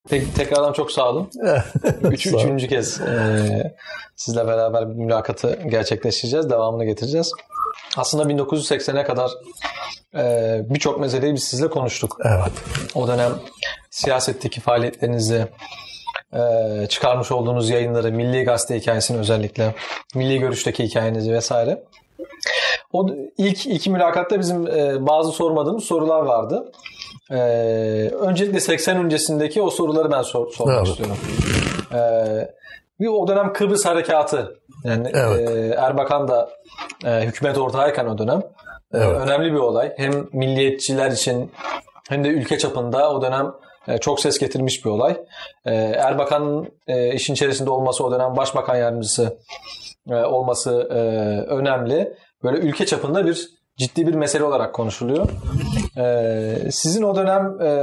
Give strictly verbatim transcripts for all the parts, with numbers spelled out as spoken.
Tek, tekrardan çok sağ olun. Üç, sağ üçüncü kez e, sizle beraber bir mülakatı gerçekleştireceğiz. Devamını getireceğiz. Aslında bin dokuz yüz seksene kadar e, birçok meseleyi biz sizle konuştuk. Evet. O dönem siyasetteki faaliyetlerinizi, e, çıkarmış olduğunuz yayınları, Milli Gazete hikayesini özellikle, Milli Görüş'teki hikayenizi vesaire. O ilk iki mülakatta bizim e, bazı sormadığımız sorular vardı. E, öncelikle seksen öncesindeki o soruları ben sor, sormak evet. istiyorum. E, o dönem Kıbrıs Harekatı, yani evet. e, Erbakan da e, hükümet ortağıyken o dönem evet. e, önemli bir olay. Hem milliyetçiler için hem de ülke çapında o dönem e, çok ses getirmiş bir olay. E, Erbakan'ın e, işin içerisinde olması, o dönem Başbakan Yardımcısı e, olması e, önemli. Böyle ülke çapında bir ciddi bir mesele olarak konuşuluyor. Ee, sizin o dönem e,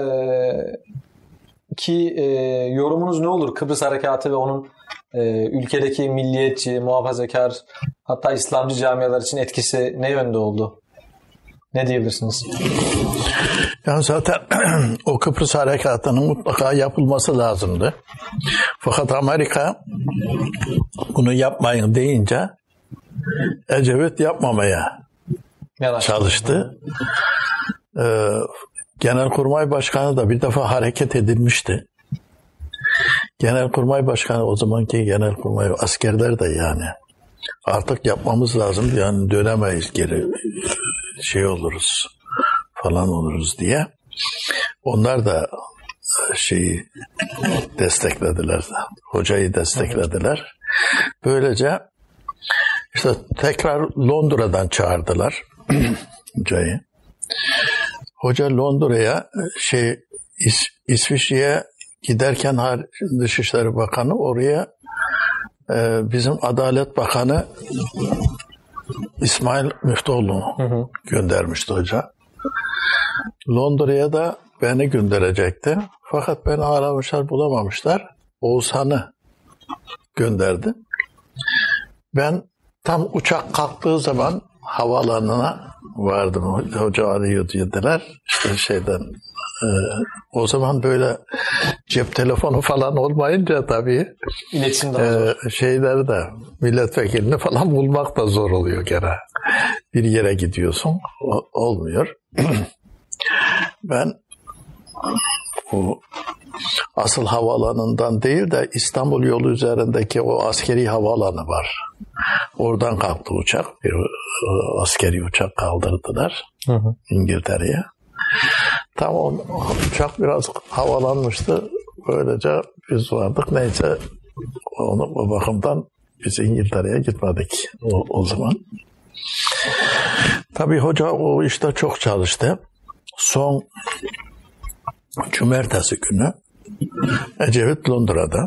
ki e, yorumunuz ne olur? Kıbrıs Harekatı ve onun e, ülkedeki milliyetçi, muhafazakar, hatta İslamcı camialar için etkisi ne yönde oldu? Ne diyebilirsiniz? Yani zaten o Kıbrıs Harekatı'nın mutlaka yapılması lazımdı. Fakat Amerika bunu yapmayın deyince Ecevit yapmamaya Yanaş. çalıştı. Ee, Genelkurmay Başkanı da bir defa hareket edilmişti. Genelkurmay Başkanı, o zamanki Genelkurmay askerler de yani artık yapmamız lazım, yani dönemeyiz geri, şey oluruz falan oluruz diye. Onlar da şeyi desteklediler, hocayı desteklediler. Böylece İşte tekrar Londra'dan çağırdılar hocayı. Hoca Londra'ya şey İs, İsviçre'ye giderken Dışişleri Bakanı oraya e, bizim Adalet Bakanı İsmail Müftüoğlu'nu göndermişti hoca. Londra'ya da beni gönderecekti. Fakat beni aramışlar, bulamamışlar. Oğuzhan'ı gönderdi. Ben tam uçak kalktığı zaman havaalanına vardım. Hoca arıyor dediler. İşte şeyden e, o zaman böyle cep telefonu falan olmayınca tabii İletişim daha zor. E, şeyleri de milletvekilini falan bulmak da zor oluyor gene. Bir yere gidiyorsun. O, olmuyor. Ben o asıl havaalanından değil de İstanbul yolu üzerindeki o askeri havaalanı var. Oradan kalktı uçak. Bir askeri uçak kaldırdılar hı hı. İngiltere'ye. Tam o uçak biraz havalanmıştı. Böylece biz vardık. Neyse onu, o bakımdan biz İngiltere'ye gitmedik o, o zaman. Tabii hoca o işte çok çalıştı. Son cumartesi günü Ecevit Londra'da.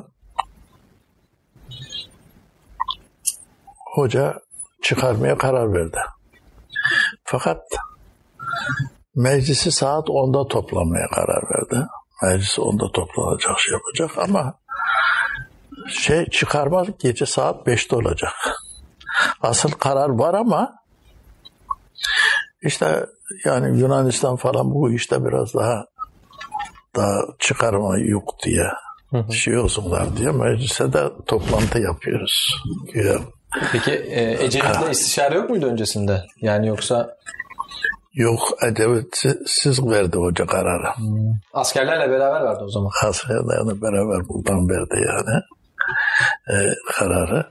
Hoca çıkarmaya karar verdi. Fakat meclisi saat onda toplamaya karar verdi. Meclis onda toplanacak, şey yapacak ama şey çıkarma gece saat beşte olacak. Asıl karar var ama işte yani Yunanistan falan bu işte biraz daha daha çıkarma yok diye hı hı. şey olsunlar diye meclise de toplantı yapıyoruz. Güya. Peki e, Ecevit'le istişare yok muydu öncesinde? Yani yoksa? Yok, Ecevit siz verdi hoca kararı. Hmm. Askerlerle beraber verdi o zaman. Askerlerle beraber buradan verdi yani e, kararı.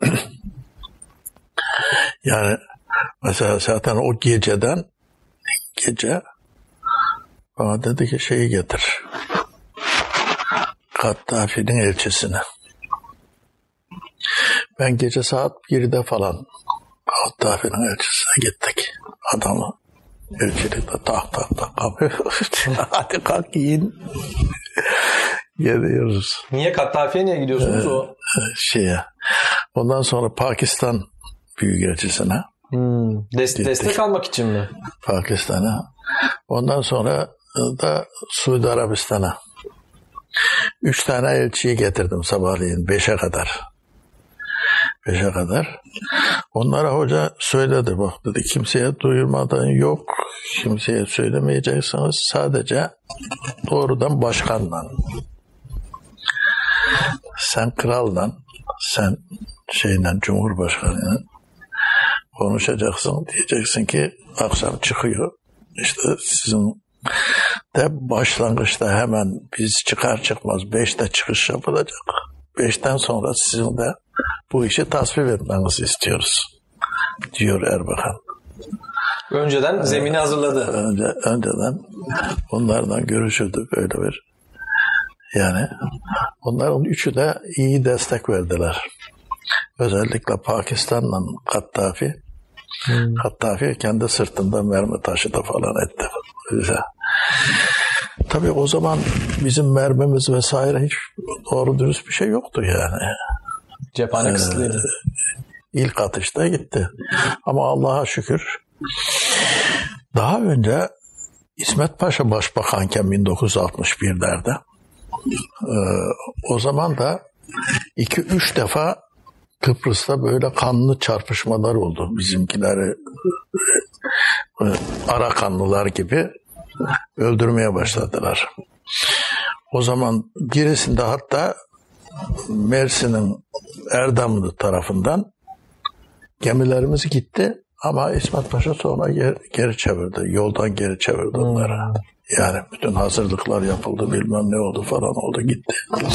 Yani mesela zaten o geceden gece bana dedi ki şeyi getir. Kaddafi'nin elçisini. Ben gece saat birde falan Kaddafi'nin elçisine gittik. Adamı elçilikte tak tak tak kapıyor. Hadi kalk yiyin. Gidiyoruz. Niye? Kaddafi'ye niye gidiyorsunuz ee, o? Şeye. Ondan sonra Pakistan Büyükelçisine. Hmm. Des- destek almak için mi? Pakistan'a. Ondan sonra da Suudi Arabistan'a. Üç tane elçiyi getirdim sabahleyin beşe kadar. Beşe kadar. Onlara hoca söyledi, bak dedi, kimseye duyurmadan yok, kimseye söylemeyeceksiniz, sadece doğrudan başkanla sen kralla, sen şeyle, Cumhurbaşkanı'yla konuşacaksın. Diyeceksin ki akşam çıkıyor. İşte sizin de başlangıçta hemen biz çıkar çıkmaz beşte çıkış yapılacak. Beşten sonra sizin de bu işi tasvip etmenizi istiyoruz, diyor Erbakan. Önceden zemini hazırladı. Önce, önceden onlardan görüşürdü böyle bir. Yani onların üçü de iyi destek verdiler. Özellikle Pakistan'la Kaddafi. Hmm. Kaddafi kendi sırtında mermi taşıdı falan etti. Bize. Tabii o zaman bizim mermimiz vesaire hiç doğru dürüst bir şey yoktu yani. Cephane kısıtlıydı. Ee, ilk atışta gitti. Ama Allah'a şükür daha önce İsmet Paşa başbakanken bin dokuz yüz altmış birlerde e, o zaman da iki üç defa Kıbrıs'ta böyle kanlı çarpışmalar oldu. Bizimkileri e, Arakanlılar gibi öldürmeye başladılar. O zaman birisinde hatta Mersin'in Erdemli tarafından gemilerimiz gitti ama İsmet Paşa sonra geri, geri çevirdi. Yoldan geri çevirdi onları. Hmm. Yani bütün hazırlıklar yapıldı, bilmem ne oldu falan oldu, gitti.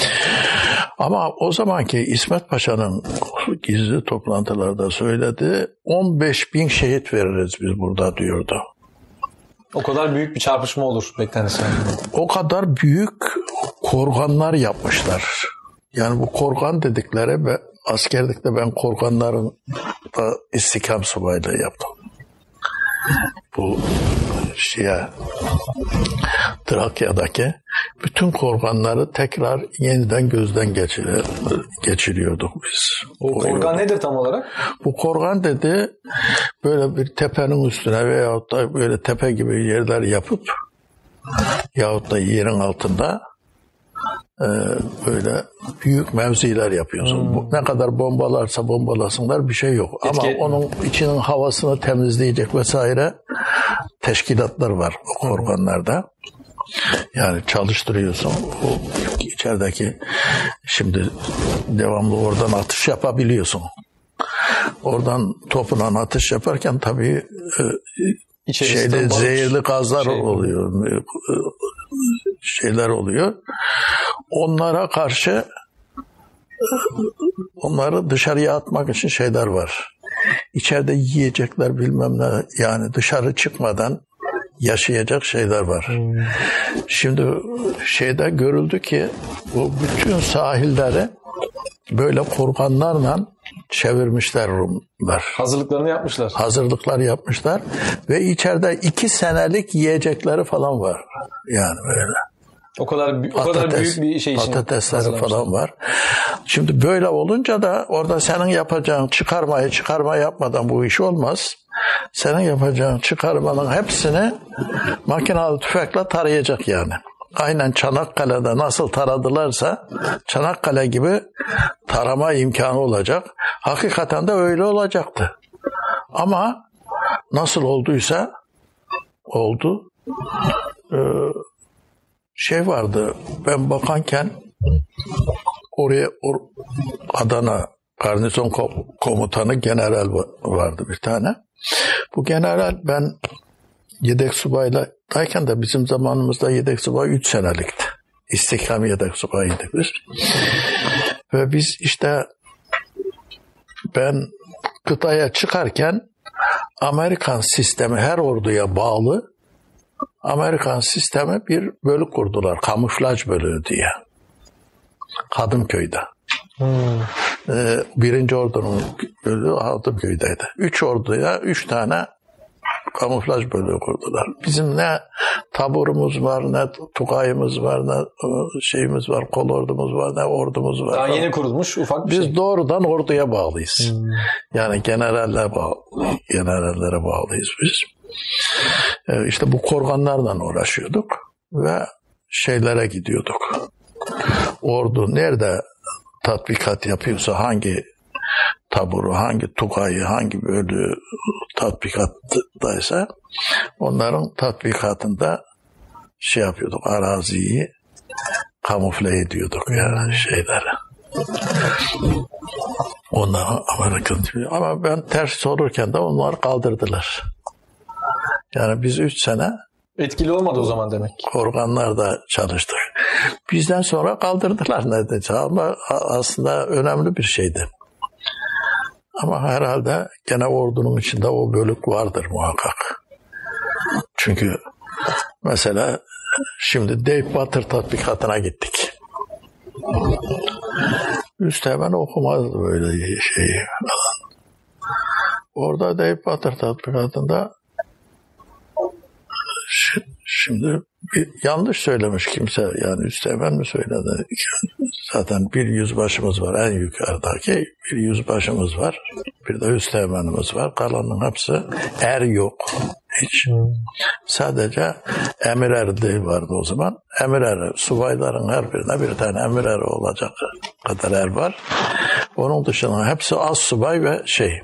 Ama o zamanki İsmet Paşa'nın gizli toplantılarda söyledi, on beş bin şehit veririz biz burada diyordu. O kadar büyük bir çarpışma olur beklentisi. O kadar büyük korganlar yapmışlar. Yani bu korgan dedikleri ve askerlikte ben korganların da istikam subaylığı yaptım. Bu şeye Trakya'daki bütün korganları tekrar yeniden gözden geçir, geçiriyorduk biz. O korgan nedir tam olarak? Bu korgan dedi böyle bir tepenin üstüne veyahut da böyle tepe gibi yerler yapıp yahut da yerin altında e, böyle büyük mevziler yapıyorsun. Hmm. Ne kadar bombalarsa bombalasınlar bir şey yok. Etki Ama etmiyor. Onun içinin havasını temizleyecek vesaire teşkilatlar var o korganlarda. Yani çalıştırıyorsun. O içerideki şimdi devamlı oradan atış yapabiliyorsun. Oradan topuna atış yaparken tabii e, şeyde zehirli gazlar şey oluyor. E, şeyler oluyor. Onlara karşı onları dışarıya atmak için şeyler var. İçeride yiyecekler bilmem ne, yani dışarı çıkmadan yaşayacak şeyler var. Hmm. Şimdi şeyde görüldü ki bu bütün sahilleri böyle korganlarla çevirmişler Rumlar. Hazırlıklarını yapmışlar. Hazırlıklar yapmışlar ve içeride iki senelik yiyecekleri falan var. Yani böyle. O kadar o Patates, kadar büyük bir şey için patatesleri falan var. Şimdi böyle olunca da orada senin yapacağın çıkarmayı çıkarma yapmadan bu iş olmaz. Senin yapacağın çıkarmanın hepsini makinalı tüfekle tarayacak yani. Aynen Çanakkale'de nasıl taradılarsa Çanakkale gibi tarama imkanı olacak. Hakikaten de öyle olacaktı. Ama nasıl olduysa oldu. Ee, şey vardı, ben bakanken oraya or, Adana garnizon komutanı general vardı bir tane. Bu general ben yedek subaylayken de bizim zamanımızda yedek subay üç senelikti. İstihkam yedek subayıydık biz. Ve biz işte ben kıtaya çıkarken Amerikan sistemi her orduya bağlı. Amerikan sistemi bir bölük kurdular. Kamuflaj bölüğü diye. Hadımköy'de. Hmm. Ee, birinci ordunun bölüğü Hadımköy'deydi. Üç orduya üç tane kamuflaj bölüğü kurdular. Bizim ne taburumuz var, ne tugayımız var, ne şeyimiz var, kolordumuz var, ne ordumuz var. Daha yeni kurulmuş ufak bir Biz şey. Biz doğrudan orduya bağlıyız. Hmm. Yani generaller bağlı, generallere bağlıyız biz. Ee, işte bu korganlarla uğraşıyorduk ve şeylere gidiyorduk. Ordu nerede tatbikat yapıyorsa, hangi taburu, hangi tugayı, hangi bölüğü tatbikattaysa onların tatbikatında şey yapıyorduk, araziyi kamufle ediyorduk yani şeylere. Onlar Amerikan tipi. Ama ben ters sorurken de onlar kaldırdılar. Yani biz üç sene etkili olmadı o zaman demek. organlarda çalıştık. Bizden sonra kaldırdılar neredeyse ama aslında önemli bir şeydi. Ama herhalde gene ordunun içinde o bölük vardır muhakkak. Çünkü mesela şimdi Dave Butter tatbikatına gittik. Üsteğmen okumazdı böyle şeyi falan. Orada Dave Butter tatbikatında şimdi bir yanlış söylemiş kimse, yani Üsteğmen mi söyledi? Zaten bir yüzbaşımız var en yukarıdaki, bir yüzbaşımız var, bir de Üsteğmenimiz var. Kalanın hepsi er yok hiç. Hmm. Sadece emir erliği vardı o zaman. Emir eri, subayların her birine bir tane emir eri olacak kadar er var. Onun dışında hepsi az subay ve şey.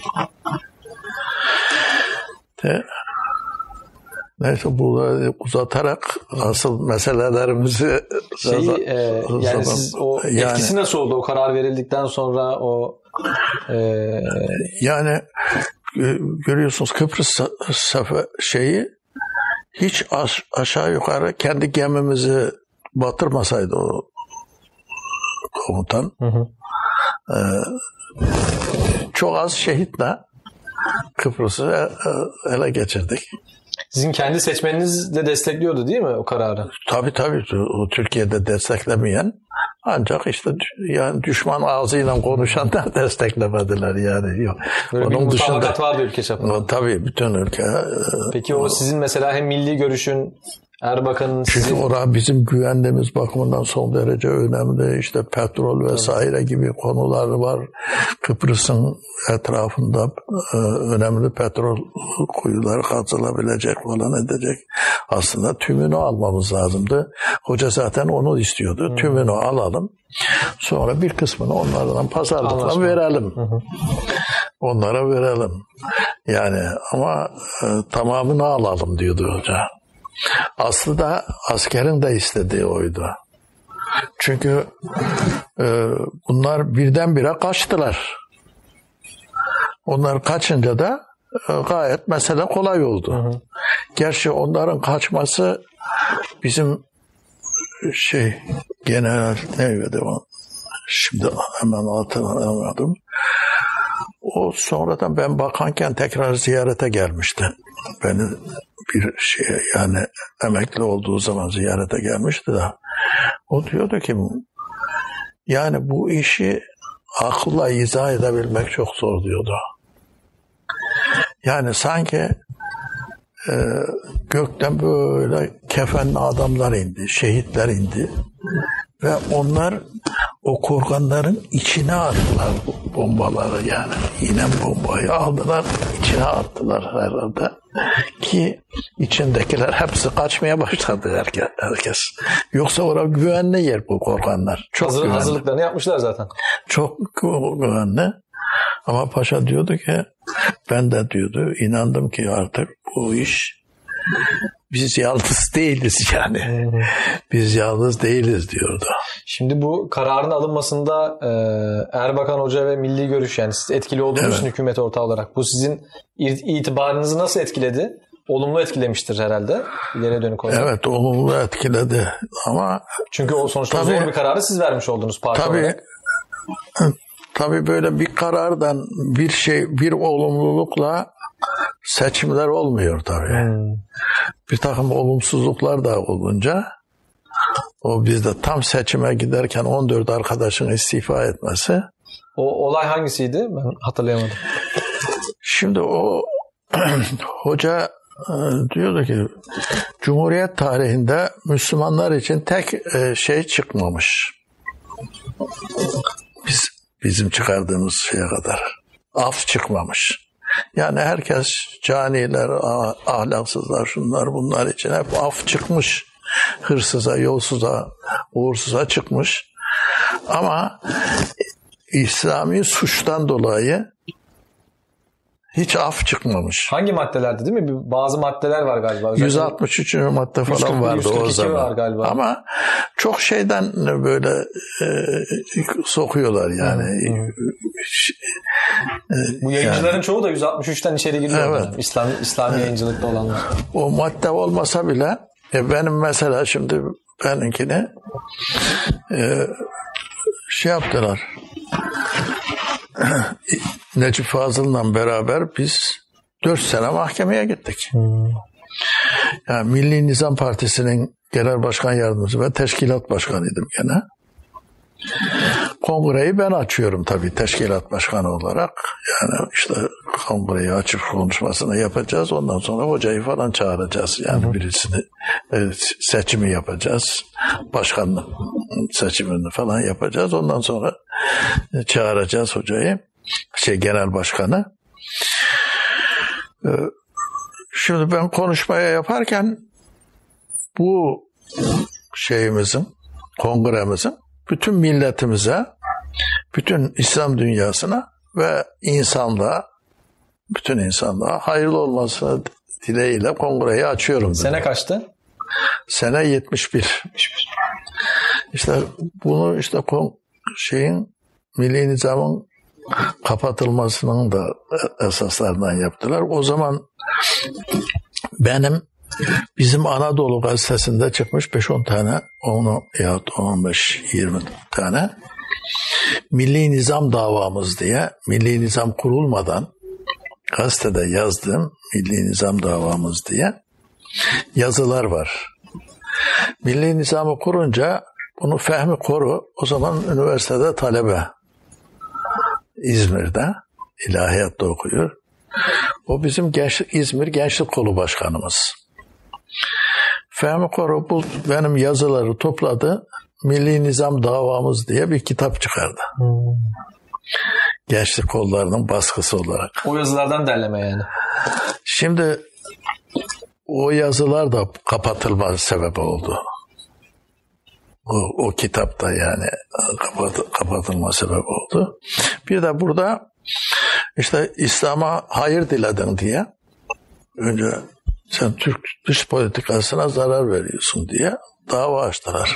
De, neyse burada uzatarak asıl meselelerimizi şey, e, yani siz o yani, etkisi nasıl oldu o karar verildikten sonra o e... yani görüyorsunuz Kıbrıs sefer şeyi hiç aş, aşağı yukarı kendi gemimizi batırmasaydı o komutan, hı hı. E, çok az şehitle Kıbrıs'ı ele geçirdik. Sizin kendi seçmeniniz de destekliyordu değil mi o kararı? Tabii tabii. O Türkiye'de desteklemeyen, ancak işte yani düşman ağzıyla konuşan da desteklemediler yani. Yok. Böyle onun bir dışında mutabakat vardı ülke çapında. Tabii bütün ülke. Peki o sizin mesela hem milli görüşün, Erbakan'ın çünkü sizin... orada bizim güvenliğimiz bakımından son derece önemli. İşte petrol vesaire evet. gibi konular var. Kıbrıs'ın etrafında e, önemli petrol kuyuları kazılabilecek falan edecek. Aslında tümünü almamız lazımdı. Hoca zaten onu istiyordu. Hmm. Tümünü alalım. Sonra bir kısmını onlardan pazarlıkla Anlaşma. verelim. Hı hı. Onlara verelim. Yani ama e, tamamını alalım diyordu hoca. Aslında askerin de istediği oydu. Çünkü e, bunlar birdenbire kaçtılar. Onlar kaçınca da e, gayet mesele kolay oldu. Hı hı. Gerçi onların kaçması bizim şey general neydi o? Şimdi hemen hatırlamadım. O sonradan ben bakanken tekrar ziyarete gelmişti. Beni bir şey yani emekli olduğu zaman ziyarete gelmişti de o diyordu ki yani bu işi akılla izah edebilmek çok zor diyordu. Yani sanki e, gökten böyle kefenli adamlar indi, şehitler indi ve onlar o korganların içine attılar bombaları, yani inen bombayı aldılar, içine attılar herhalde ki içindekiler hepsi kaçmaya başladı herkes. herkes. Yoksa orada güvenli yer bu korkanlar. Çok Hazır, güvenli. Hazırlıklarını yapmışlar zaten. Çok güvenli. Ama paşa diyordu ki ben de diyordu inandım ki artık bu iş biz yalnız değiliz yani. Biz yalnız değiliz diyordu. Şimdi bu kararın alınmasında e, Erbakan Hoca ve Milli Görüş, yani siz etkili olduğunuz evet. için hükümet ortağı olarak bu sizin itibarınızı nasıl etkiledi? Olumlu etkilemiştir herhalde ileriye dönük olarak. Evet, olumlu etkiledi ama çünkü o sonuçta tabii, zor bir kararı siz vermiş oldunuz parti tabii, olarak. Tabii böyle bir karardan bir şey, bir olumlulukla seçimler olmuyor tabii. Hmm. Bir takım olumsuzluklar da olunca o bizde tam seçime giderken on dört arkadaşın istifa etmesi. O olay hangisiydi? Ben hatırlayamadım. Şimdi o hoca e, diyordu ki Cumhuriyet tarihinde Müslümanlar için tek e, şey çıkmamış. Biz bizim çıkardığımız şeye kadar af çıkmamış. Yani herkes caniler, ahlaksızlar, şunlar bunlar için hep af çıkmış. Hırsıza, yolsuza, uğursuza çıkmış. Ama İslami suçtan dolayı Hiç af çıkmamış. Hangi maddelerde değil mi? Bir- Bazı maddeler var galiba. Özellikle yüz altmış üçüncü madde falan yüz kırk bir, vardı yüz kırk o iki zaman. var galiba. Ama çok şeyden böyle e, sokuyorlar yani. Bu yayıncıların yani, çoğu da yüz altmış üçten içeri giriyor. Evet. Yani. İslam, İslam yayıncılıkta olanlar. O madde olmasa bile e, benim mesela şimdi benimkini e, şey yaptılar. Necip Fazıl'la beraber biz dört sene mahkemeye gittik. Hmm. Yani Milli Nizam Partisi'nin genel başkan yardımcısı ve teşkilat başkanıydım gene. Kongreyi ben açıyorum tabii teşkilat başkanı olarak. Yani işte kongreyi açıp konuşmasını yapacağız. Ondan sonra hocayı falan çağıracağız. Yani hı. birisini seçimi yapacağız. Başkanlık seçimini falan yapacağız. Ondan sonra çağıracağız hocayı. Şey genel başkanı. Şimdi ben konuşmaya yaparken bu şeyimizin, kongremizin bütün milletimize, bütün İslam dünyasına ve insanlığa, bütün insanlığa hayırlı olmasını dileğiyle kongreyi açıyorum. Sene dedim. Kaçtı? Sene yetmiş bir. İşte bunu işte şeyin Milli Nizam'ın kapatılmasının da esaslarından yaptılar. O zaman benim bizim Anadolu gazetesinde çıkmış beş on tane, on yahut on beş yirmi tane Milli Nizam davamız diye, Milli Nizam kurulmadan gazetede yazdığım Milli Nizam davamız diye yazılar var. Milli Nizam'ı kurunca bunu Fehmi Koru o zaman üniversitede talebe, İzmir'de ilahiyatta okuyor. O bizim Gençlik, İzmir Gençlik Kolu Başkanımız. Fehmi Koru bu benim yazıları topladı. Milli Nizam Davamız diye bir kitap çıkardı. Hmm. Gençlik kollarının baskısı olarak. O yazılardan derleme yani. Şimdi o yazılar da kapatılma sebebi oldu. O, o kitapta yani kapat, kapatılma sebebi oldu. Bir de burada işte İslam'a hayır diledin diye önce sen Türk dış politikasına zarar veriyorsun diye dava açtılar.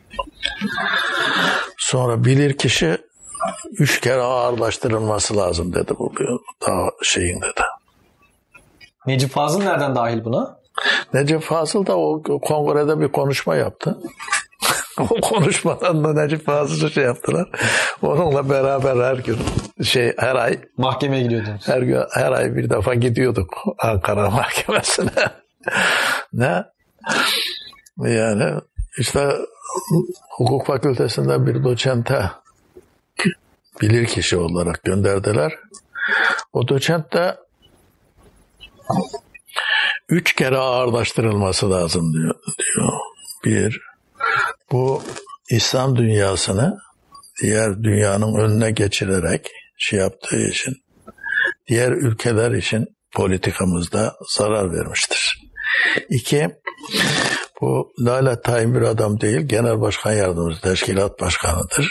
Sonra bilirkişi üç kere ağırlaştırılması lazım dedi bu bir dava şeyin dedi. Necip Fazıl nereden dahil buna? Necip Fazıl da o kongrede bir konuşma yaptı. O konuşmadan da Necip Fazıl'ı şey yaptılar. Onunla beraber her gün şey her ay mahkemeye gidiyordunuz. Her gün her ay bir defa gidiyorduk Ankara Mahkemesi'ne. Ne? Yani işte hukuk fakültesinden bir doçente bilirkişi olarak gönderdiler. O doçent de üç kere ağırlaştırılması lazım diyor. diyor. Bir, bu İslam dünyasını diğer dünyanın önüne geçirerek şey yaptığı için diğer ülkeler için politikamızda zarar vermiştir. İki, bu Lale Tayyip bir adam değil, genel başkan yardımcısı, teşkilat başkanıdır.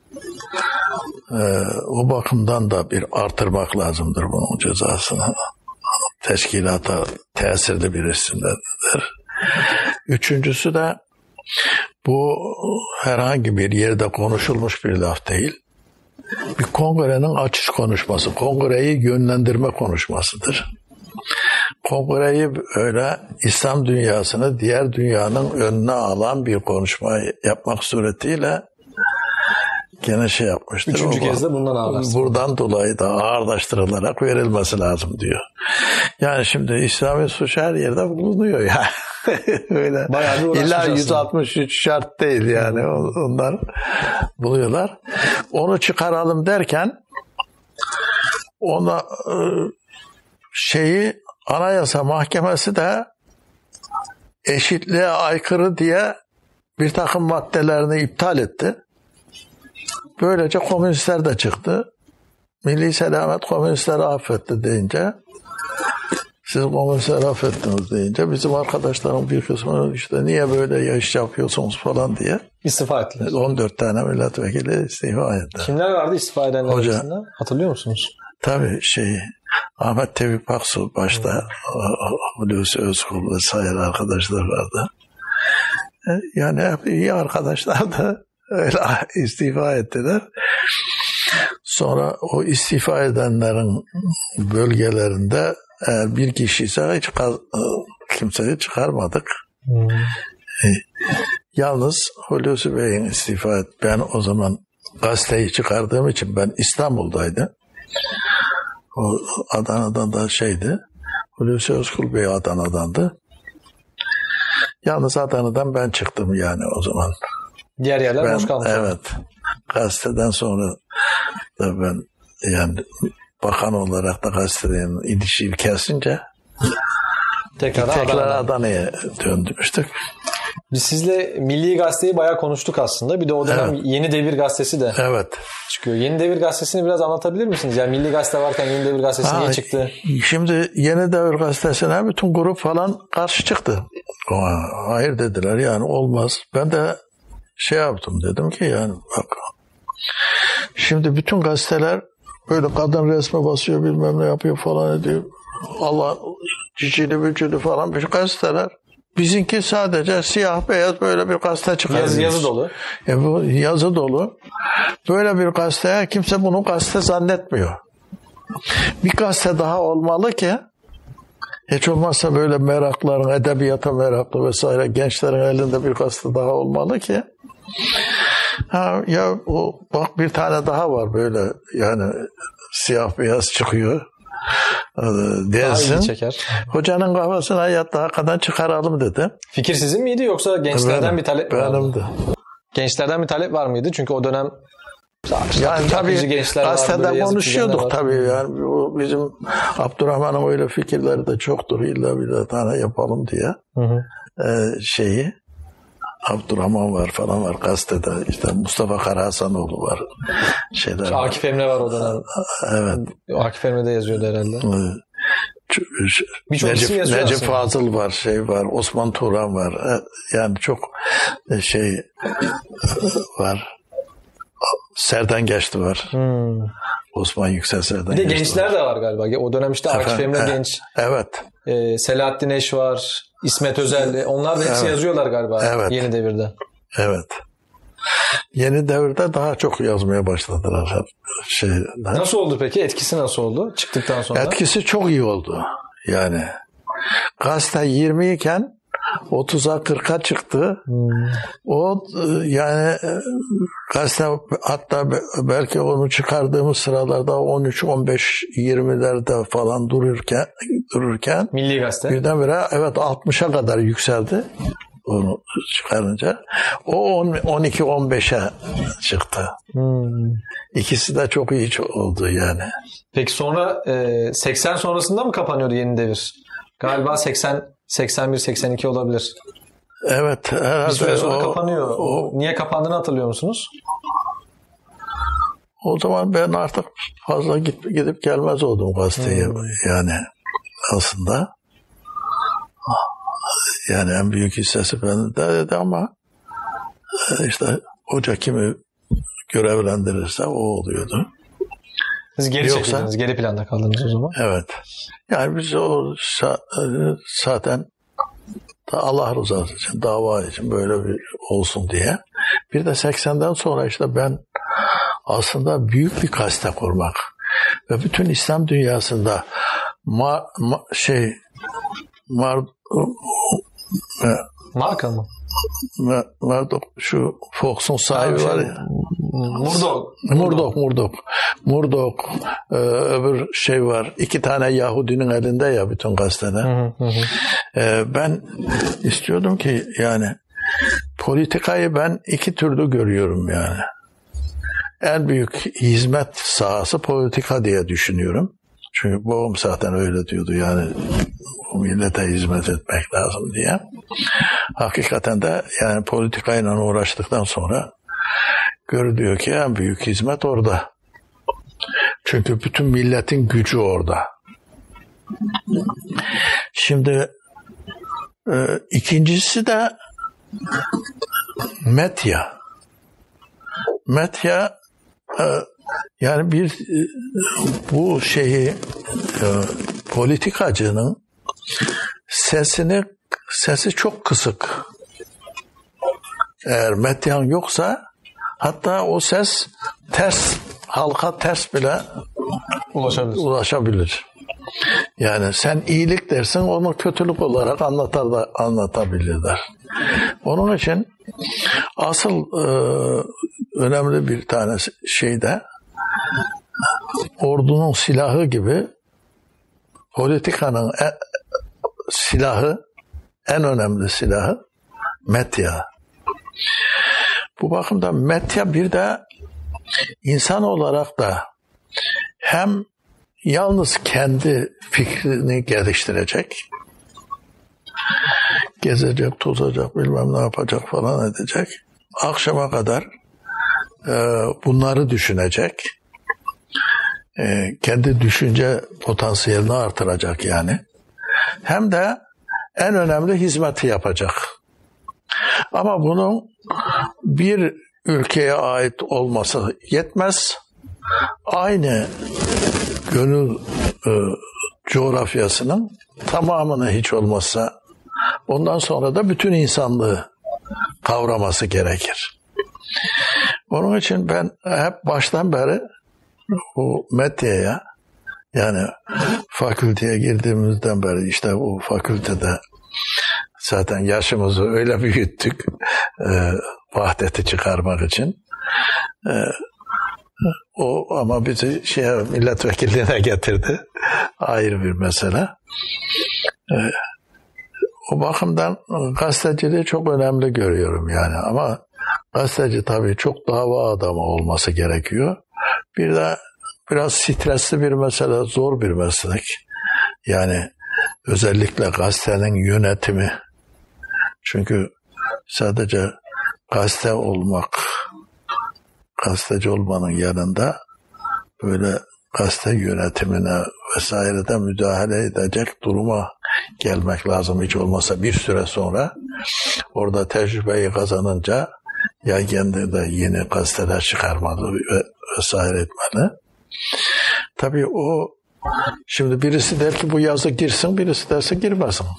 Ee, o bakımdan da bir artırmak lazımdır bunun cezasını. Teşkilata tesirli bir isimlerdir. Üçüncüsü de bu herhangi bir yerde konuşulmuş bir laf değil. Bir kongrenin açış konuşması, kongreyi yönlendirme konuşmasıdır. Kongreyi öyle İslam dünyasını diğer dünyanın önüne alan bir konuşma yapmak suretiyle gene şey yapmıştır. Üçüncü kez de bundan ağırlaştırılır. Buradan dolayı da ağırlaştırılarak verilmesi lazım diyor. Yani şimdi İslami suç her yerde bulunuyor ya. Öyle. İlla yüz altmış üç şart değil yani. Onlar buluyorlar. Onu çıkaralım derken ona şeyi Anayasa Mahkemesi de eşitliğe aykırı diye bir takım maddelerini iptal etti. Böylece komünistler de çıktı. Milli Selamet komünistleri affetti deyince, siz komünistleri affettiniz deyince bizim arkadaşların bir kısmı işte niye böyle iş yapıyorsunuz falan diye istifa ettiler. on dört tane milletvekili istifa etti. Kimler vardı istifa edenler Hoca, arasında? Hatırlıyor musunuz? Tabii şey Ahmet Tevfik Paksu başta, Hulusi Özkul vesaire arkadaşlar vardı. Yani hep iyi arkadaşlardı. Öyle istifa ettiler. Sonra o istifa edenlerin bölgelerinde eğer bir kişi ise hiç kimseyi çıkarmadık. Hmm. Yalnız Hulusi Bey'in istifa et. Ben o zaman gazeteyi çıkardığım için ben İstanbul'daydım. O Adana'dan da şeydi. Hulusi Özkul Bey Adana'dandı. Yalnız Adana'dan ben çıktım yani o zaman. Diğer yerler ben, boş kalmış. Evet. Gazeteden sonra da ben yani bakan olarak da gazetenin ilişiği kesince tekrar, tekrar Adana'ya döndürmüştük. Biz sizle Milli Gazete'yi bayağı konuştuk aslında. Bir de o dönem evet. Yeni Devir Gazetesi de evet. çıkıyor. Yeni Devir Gazetesi'ni biraz anlatabilir misiniz? Yani Milli Gazete varken Yeni Devir Gazetesi ha, niye çıktı? Şimdi Yeni Devir Gazetesi'ne bütün grup falan karşı çıktı. Hayır dediler yani olmaz. Ben de şey yaptım dedim ki yani bak şimdi bütün gazeteler böyle kadın resme basıyor bilmem ne yapıyor falan ediyor. Allah cicili bücülü falan bir gazeteler. Bizimki sadece siyah beyaz böyle bir gazete çıkarıyor. Yazı, yazı dolu. E bu yazı dolu. Böyle bir gazeteye kimse bunu gazete zannetmiyor. Bir gazete daha olmalı ki hiç olmazsa böyle merakların, edebiyata meraklı vesaire gençlerin elinde bir gazete daha olmalı ki ha, ya o bak bir tane daha var böyle yani siyah beyaz çıkıyor. Dersin. Hocanın kafasına yattı hakikaten çıkaralım dedi. Fikir sizin miydi yoksa gençlerden benim, bir talep var mı? Benimdi. Gençlerden bir talep var mıydı? Çünkü o dönem yani tabii gazetede konuşuyorduk tabii yani o bizim Abdurrahman'ın öyle fikirleri de çoktur illa bir tane yapalım diye hı hı. Ee, şeyi Abdurrahman var falan var gazetede işte Mustafa Karahasanoğlu var şeyler işte Akif Emre var o dönem. Evet. Akif Emre de yazıyordu herhalde. Birçok Necip, Necip Fazıl var, şey var, Osman Turan var. Yani çok şey var. Serden Geçti var. Hmm. Osman Yüksel Serden Bir de gençler var. De var galiba. O dönem işte Akif Emre evet. genç. Evet. Ee, Selahattin Eş var. İsmet Özel. Onlar da hepsi evet. yazıyorlar galiba evet. Yeni Devir'de. Evet. Yeni Devir'de daha çok yazmaya başladılar. Şeyden. Nasıl oldu peki? Etkisi nasıl oldu çıktıktan sonra? Etkisi çok iyi oldu. Yani gazete yirmi iken otuza kırka çıktı. Hmm. O yani gazete hatta belki onu çıkardığımız sıralarda on üç on beş yirmilerde falan dururken dururken Milli Gazete birdenbire evet altmışa kadar yükseldi. Onu çıkarınca o on iki on beşe çıktı. Hmm. İkisi de çok iyi oldu yani. Peki sonra e, seksen sonrasında mı kapanıyordu Yeni Devir? Galiba seksen seksen bir seksen iki olabilir. Evet. Bir süre sonra o, kapanıyor. O, Niye kapandığını hatırlıyor musunuz? O zaman ben artık fazla gidip, gidip gelmez oldum gazeteye hmm. yani aslında. Yani en büyük hissesi bende dedi ama işte hoca kimi görevlendirirse o oluyordu. Siz geri Yoksa, çekildiniz, geri planda kaldınız o zaman. Evet. Yani biz o zaten Allah rızası için, dava için böyle bir olsun diye. Bir de seksenden sonra işte ben aslında büyük bir gazete kurmak ve bütün İslam dünyasında ma, ma, şey mar, marka mı? Murdoch şu Fox'un sahibi var ya. Murdoch. Murdoch, Murdoch. Murdoch, e, öbür şey var. İki tane Yahudinin elinde ya bütün gazeteler. Hı hı hı. E, ben istiyordum ki yani politikayı ben iki türlü görüyorum yani. En büyük hizmet sahası politika diye düşünüyorum. Çünkü babam zaten öyle diyordu yani millete hizmet etmek lazım diye. Hakikaten de yani politikayla uğraştıktan sonra görülüyor ki en büyük hizmet orada. Çünkü bütün milletin gücü orada. Şimdi e, ikincisi de medya. Medya e, Yani bir bu şeyi e, politikacının sesini sesi çok kısık. Eğer medyan yoksa hatta o ses ters, halka ters bile Ulaşabilir. ulaşabilir. Yani sen iyilik dersin, onu kötülük olarak anlatar da, anlatabilirler. Onun için asıl e, önemli bir tane şey de ordunun silahı gibi politikanın en, silahı, en önemli silahı medya. Bu bakımdan medya bir de insan olarak da hem yalnız kendi fikrini geliştirecek, gezecek, tozacak, bilmem ne yapacak falan edecek. Akşama kadar e, bunları düşünecek. E, kendi düşünce potansiyelini artıracak yani. Hem de en önemli hizmeti yapacak. Ama bunun bir ülkeye ait olması yetmez. Aynı gönül e, coğrafyasının tamamını hiç olmazsa ondan sonra da bütün insanlığı kavraması gerekir. Onun için ben hep baştan beri bu medyaya, yani fakülteye girdiğimizden beri işte o fakültede zaten yaşımızı öyle büyüttük e, vahdeti çıkarmak için. E, o ama bizi şeye, milletvekilliğine getirdi. Ayrı bir mesele. E, o bakımdan gazeteciliği çok önemli görüyorum yani. Ama gazeteci tabii çok dava adamı olması gerekiyor. Bir de biraz stresli bir mesele, zor bir meslek. Yani özellikle gazetenin yönetimi. Çünkü sadece gazete olmak, gazeteci olmanın yanında böyle gazete yönetimine vesairede müdahale edecek duruma gelmek lazım. Hiç olmazsa bir süre sonra orada tecrübeyi kazanınca ya kendi de yeni gazeteler çıkarmalı vesaire etmeli. Tabii o şimdi birisi der ki bu yazı girsin, birisi derse girmesin.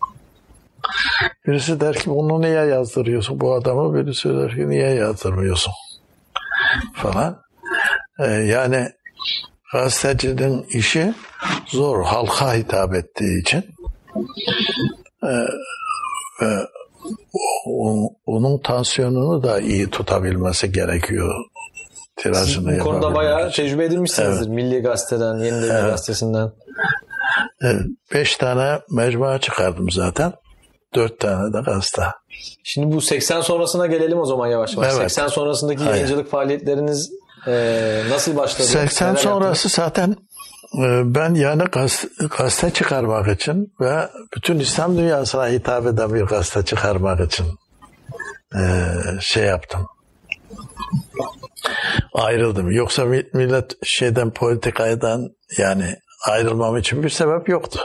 Birisi der ki bunu niye yazdırıyorsun bu adamı, birisi der ki niye yazdırmıyorsun falan. Ee, yani gazetecinin işi zor, halka hitap ettiği için. Ee, ve o, onun tansiyonunu da iyi tutabilmesi gerekiyor. Siz bu konuda bayağı tecrübe edilmişsinizdir. Evet. Milli Gazete'den, Yeni Devir evet. Gazetesi'nden. Evet. Beş tane mecmua çıkardım zaten. Dört tane de gazete. Şimdi bu seksen sonrasına gelelim o zaman yavaş yavaş. Evet. seksen sonrasındaki Hayır. yayıncılık faaliyetleriniz e, nasıl başladı? seksen Neler sonrası yaptınız? Zaten e, ben yani gazete, gazete çıkarmak için ve bütün İslam dünyasına hitap eden bir gazete çıkarmak için e, şey yaptım. Ayrıldım. Yoksa millet şeyden, politikadan yani ayrılmam için bir sebep yoktu.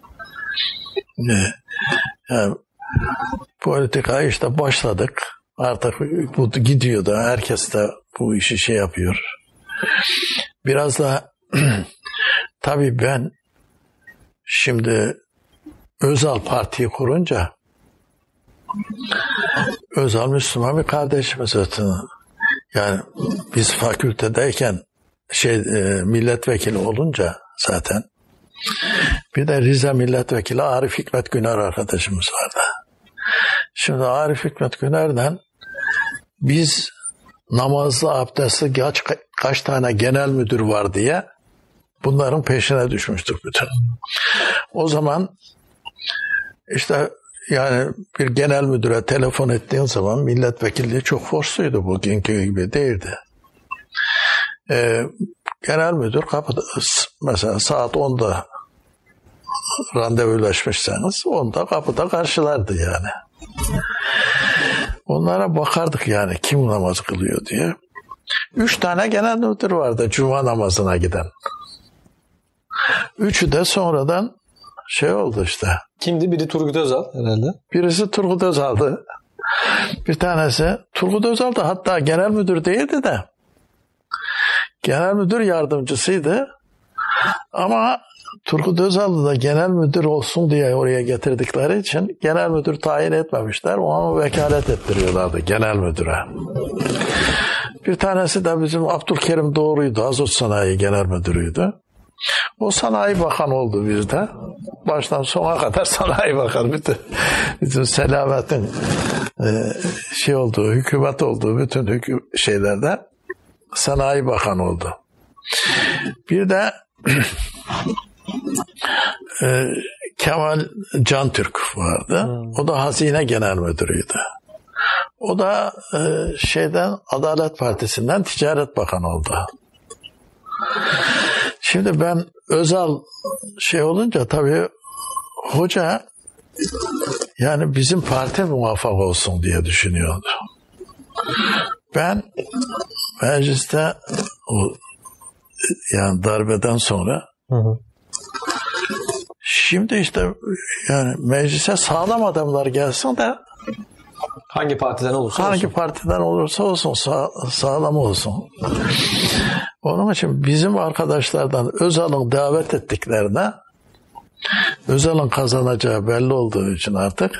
Yani politikaya işte başladık. Artık bu gidiyor da herkes de bu işi şey yapıyor. Biraz da tabii ben şimdi Özal Parti'yi kurunca Özal Müslüman bir kardeşimiz zaten. Yani biz fakültedeyken şey e, milletvekili olunca zaten bir de Rize milletvekili Arif Hikmet Güner arkadaşımız vardı. Şimdi Arif Hikmet Güner'den biz namazlı, abdestli kaç, kaç tane genel müdür var diye bunların peşine düşmüştük bütün. O zaman işte yani bir genel müdüre telefon ettiğin zaman milletvekilliği çok borçluydu, bugünkü gibi değildi. Ee, genel müdür kapıda, mesela saat onda randevulaşmışsanız onda kapıda karşılardı yani. Onlara bakardık yani kim namaz kılıyor diye. Üç tane genel müdür vardı cuma namazına giden. Üçü de sonradan şey oldu işte. Kimdi? Biri Turgut Özal herhalde. Birisi Turgut Özal'dı. Bir tanesi Turgut Özal da hatta genel müdür değildi de genel müdür yardımcısıydı. Ama Turgut Özal'ı da genel müdür olsun diye oraya getirdikleri için genel müdür tayin etmemişler. Ona vekalet ettiriyorlardı genel müdüre. Bir tanesi de bizim Abdülkerim Doğru'ydu. Azot Sanayi Genel Müdürü'ydü. O sanayi bakanı oldu bizde. Baştan sona kadar sanayi bakanı. Bütün, bütün Selamet'in e, şey olduğu, hükümet olduğu bütün hüküm şeylerde sanayi bakanı oldu. Bir de e, Kemal Cantürk vardı. O da Hazine Genel Müdürü'ydü. O da e, şeyden Adalet Partisi'nden Ticaret Bakanı oldu. Şimdi ben Özal şey olunca tabii hoca yani bizim parti muvaffak olsun diye düşünüyordu. Ben mecliste o yani darbeden sonra hı hı. Şimdi işte yani meclise sağlam adamlar gelsin de hangi partiden olursa hangi olsun. partiden olursa olsun sağ, sağlam olsun. Onun için bizim arkadaşlardan Özal'ın davet ettiklerine Özal'ın kazanacağı belli olduğu için artık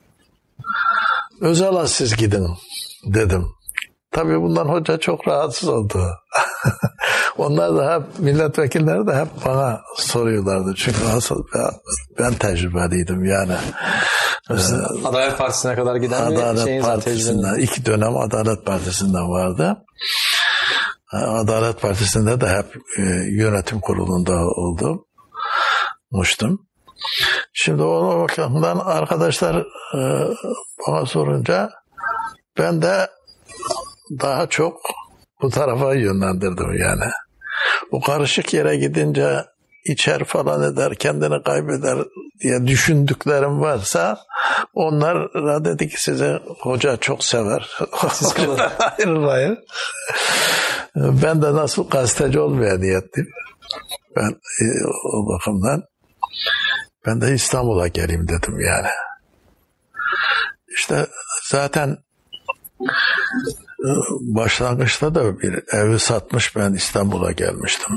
Özal'a siz gidin dedim. Tabii bundan hoca çok rahatsız oldu. Onlar da hep milletvekilleri de hep bana soruyorlardı. Çünkü asıl ben tecrübeliydim yani. Ee, Adalet Partisi'ne kadar giden Adalet bir Partisi'nden iki dönem Adalet Partisi'nden vardı. Adalet Partisi'nde de hep e, yönetim kurulunda oldum. Muştum. Şimdi o bakımdan arkadaşlar e, bana sorunca ben de daha çok bu tarafa yönlendirdim yani. O karışık yere gidince içer falan eder, kendini kaybeder diye düşündüklerim varsa onlara dedi ki size hoca çok sever. Siz kalın. Ayrılmayın. Ben de nasıl gazeteci olmaya niyetliyim. Ben e, o bakımdan ben de İstanbul'a geleyim dedim yani. İşte zaten başlangıçta da bir evi satmış ben İstanbul'a gelmiştim.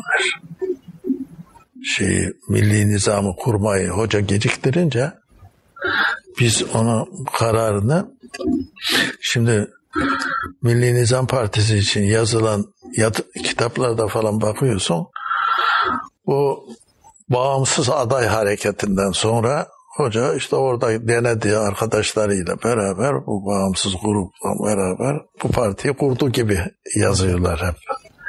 Şeyi, milli nizamı kurmayı hoca geciktirince biz onun kararını şimdi Milli Nizam Partisi için yazılan yat, kitaplarda falan bakıyorsun. Bu bağımsız aday hareketinden sonra hoca işte orada denediği arkadaşlarıyla beraber bu bağımsız grupla beraber bu partiyi kurdu gibi yazıyorlar hep.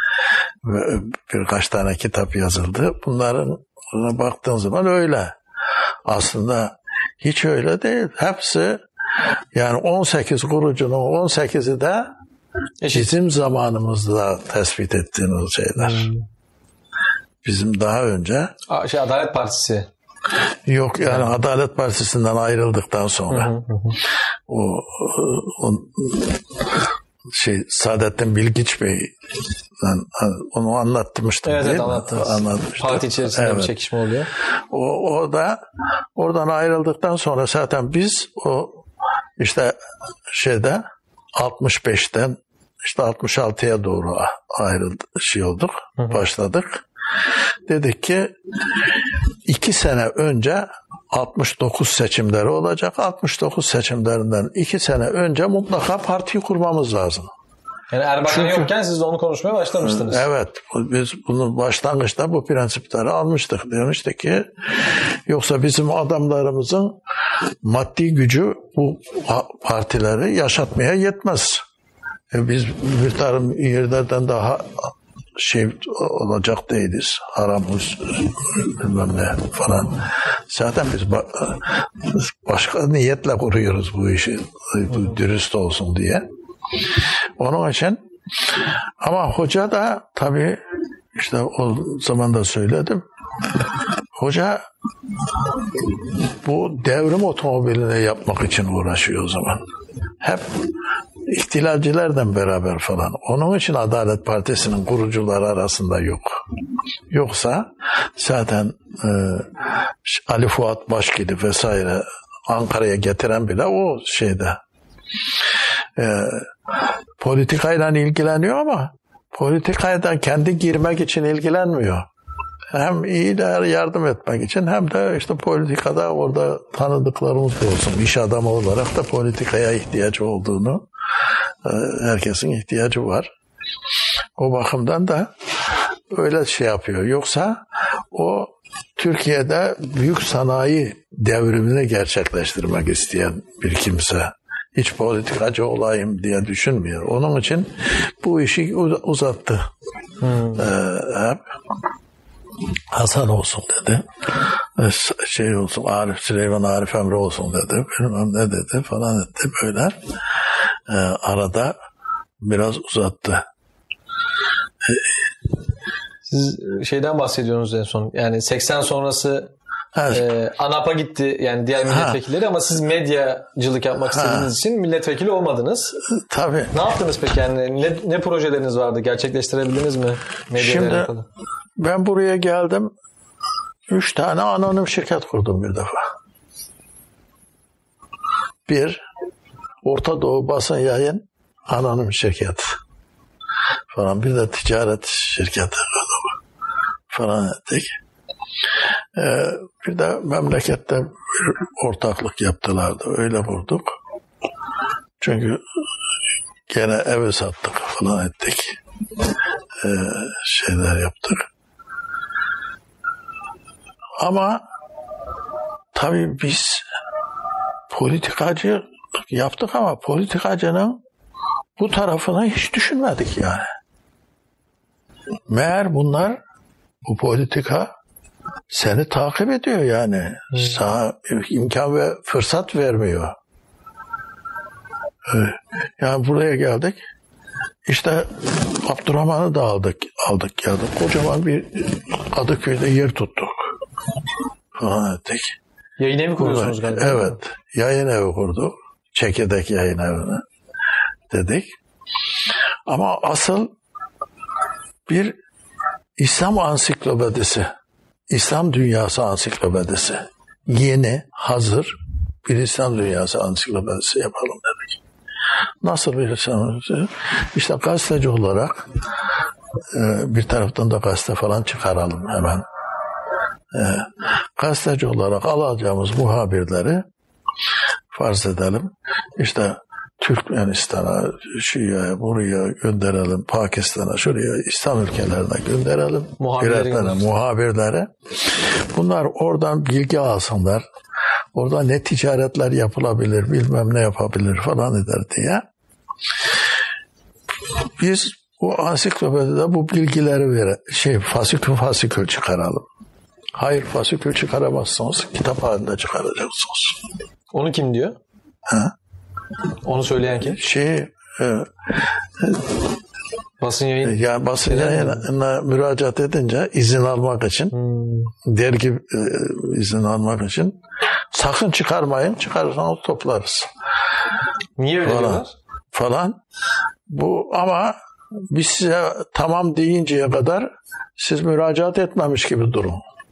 Ve birkaç tane kitap yazıldı. Bunların baktığın zaman öyle. Aslında hiç öyle değil. Hepsi yani on sekiz kurucunun on sekizi de bizim zamanımızda tespit ettiğimiz şeyler. Hmm. Bizim daha önce A, şey Adalet Partisi. Yok yani hmm. Adalet Partisi'nden ayrıldıktan sonra hmm. o, o şey Saadettin Bilgiç Bey onu anlatmıştım evet, değil evet, mi? Anlattınız. Anlatmıştım. Parti içerisinde evet. Bir çekişme oluyor. O, o da oradan ayrıldıktan sonra zaten biz o işte şeyde altmış beşten işte altmış altıya doğru ayrıldı şey olduk, hı hı. başladık. Dedik ki iki sene önce altmış dokuz seçimleri olacak. altmış dokuz seçimlerinden iki sene önce mutlaka partiyi kurmamız lazım. Yani Erbakan Çünkü, yokken siz de onu konuşmaya başlamıştınız. Evet. Biz bunu başlangıçta bu prensipleri almıştık. Demiştik ki yoksa bizim adamlarımızın maddi gücü bu partileri yaşatmaya yetmez. E biz bir tarım yerlerden daha şey olacak değiliz. Haram, bilmem ne falan. Zaten biz başka niyetle kuruyoruz bu işi. Bu dürüst olsun diye. Onun için ama hoca da tabii işte o zaman da söyledim. Hoca bu devrim otomobilini yapmak için uğraşıyor o zaman. Hep ihtilalcilerden beraber falan. Onun için Adalet Partisi'nin kurucuları arasında yok. Yoksa zaten e, Ali Fuat Başgili vesaire Ankara'ya getiren bile o şeyde e, politikayla ilgileniyor ama politikaya da kendi girmek için ilgilenmiyor. Hem iyi de yardım etmek için hem de işte politikada orada tanıdıklarımız da olsun. İş adamı olarak da politikaya ihtiyacı olduğunu, herkesin ihtiyacı var. O bakımdan da öyle şey yapıyor. Yoksa o Türkiye'de büyük sanayi devrimini gerçekleştirmek isteyen bir kimse. Hiç politikacı olayım diye düşünmüyor. Onun için bu işi uzattı. Hmm. Ee, hep Hasan olsun dedi. Şey olsun, Arif Süleyman Arif Emre olsun dedi. Bilmem ne dedi falan etti böyle. Ee, arada biraz uzattı. Siz şeyden bahsediyorsunuz en son. Yani seksen sonrası e, ANAP'a gitti yani diğer milletvekilleri ha. Ama siz medyacılık yapmak ha. istediğiniz için milletvekili olmadınız. Tabii. Ne yaptınız peki yani? Ne, ne projeleriniz vardı? Gerçekleştirebildiniz mi? Şimdi alakalı? Ben buraya geldim. Üç tane anonim şirket kurdum bir defa. Bir, Orta Doğu Basın Yayın anonim şirket falan. Bir de ticaret şirketi falan ettik. Ee, bir de memlekette bir ortaklık yaptılardı. Öyle vurduk. Çünkü gene evi sattık falan ettik. Ee, şeyler yaptık. Ama tabii biz politikacı yaptık ama politikacının bu tarafını hiç düşünmedik yani. Meğer bunlar bu politika seni takip ediyor yani. Hmm. Sana imkan ve fırsat vermiyor. Yani buraya geldik. İşte Abdurrahman'ı da aldık. Aldık geldik. Kocaman bir Kadıköy'de yer tuttuk. Falan ettik. Yayın evi kuruyorsunuz galiba. Evet. Yayın evi kurduk. Çekirdek yayın evini dedik. Ama asıl bir İslam ansiklopedisi, İslam dünyası ansiklopedisi, yeni, hazır bir İslam dünyası ansiklopedisi yapalım dedik. Nasıl bir İslam dünyası? İşte gazeteci olarak bir taraftan da gazete falan çıkaralım hemen. Gazeteci olarak alacağımız muhabirleri farz edelim. İşte Türkmenistan'a, şuraya, buraya gönderelim, Pakistan'a, şuraya, İslam ülkelerine gönderelim. Muhabirlere, muhabirlere. Bunlar oradan bilgi alsınlar. Orada ne ticaretler yapılabilir, bilmem ne yapabilir falan eder diye. Biz bu ansiklopedide bu bilgileri vere, şey, fasikül fasikül çıkaralım. Hayır, fasikül çıkaramazsınız, kitap halinde çıkaracaksınız. Onu kim diyor? Ha? Onu söyleyen kim? Şey, e, basın yayın. Ya basın yayınına müracaat edince izin almak için, hmm. dergi e, izin almak için sakın çıkarmayın, çıkarırsanız toplarız. Niye öyle falan, diyorlar? Falan. Bu ama biz size tamam deyinceye kadar siz müracaat etmemiş gibi durun.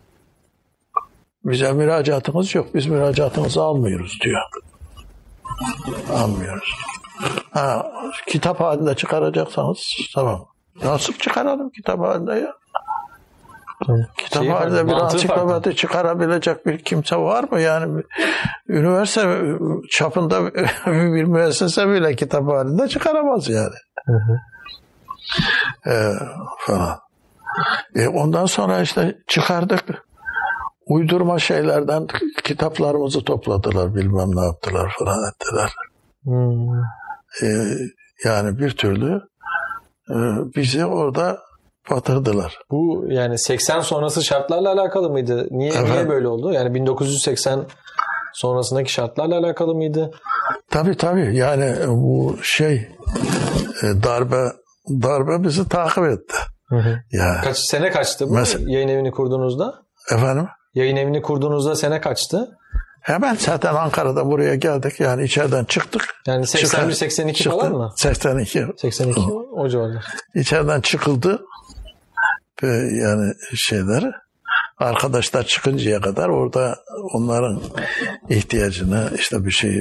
Bize müracaatımız yok, biz müracaatınızı almıyoruz diyor. Almıyoruz. Ha, kitap halinde çıkaracaksanız tamam. Nasıl çıkaralım kitap halinde ya? Kitap şey halinde bir ansiklopedi çıkarabilecek bir kimse var mı? Yani üniversite çapında bir müessese bile kitap halinde çıkaramaz yani. Hı hı. Ee, falan. E ondan sonra işte çıkardık. Uydurma şeylerden kitaplarımızı topladılar, bilmem ne yaptılar falan ettiler. Hmm. Ee, yani bir türlü e, bizi orada batırdılar. Bu yani seksen sonrası şartlarla alakalı mıydı? Niye, evet. niye böyle oldu? Yani bin dokuz yüz seksen sonrasındaki şartlarla alakalı mıydı? Tabii tabii. Yani bu şey e, darbe darbe bizi takip etti. Hı hı. Yani, kaç sene kaçtı bu mesela, yayın evini kurduğunuzda? Efendim? Yayın evini kurduğunuzda sene kaçtı? Hemen zaten Ankara'da buraya geldik. Yani içeriden çıktık. Yani seksen bir seksen iki çıktı, falan mı? seksen iki. seksen iki o civarlar. İçeriden çıkıldı. Yani şeyler arkadaşlar çıkıncaya kadar orada onların ihtiyacını işte bir şey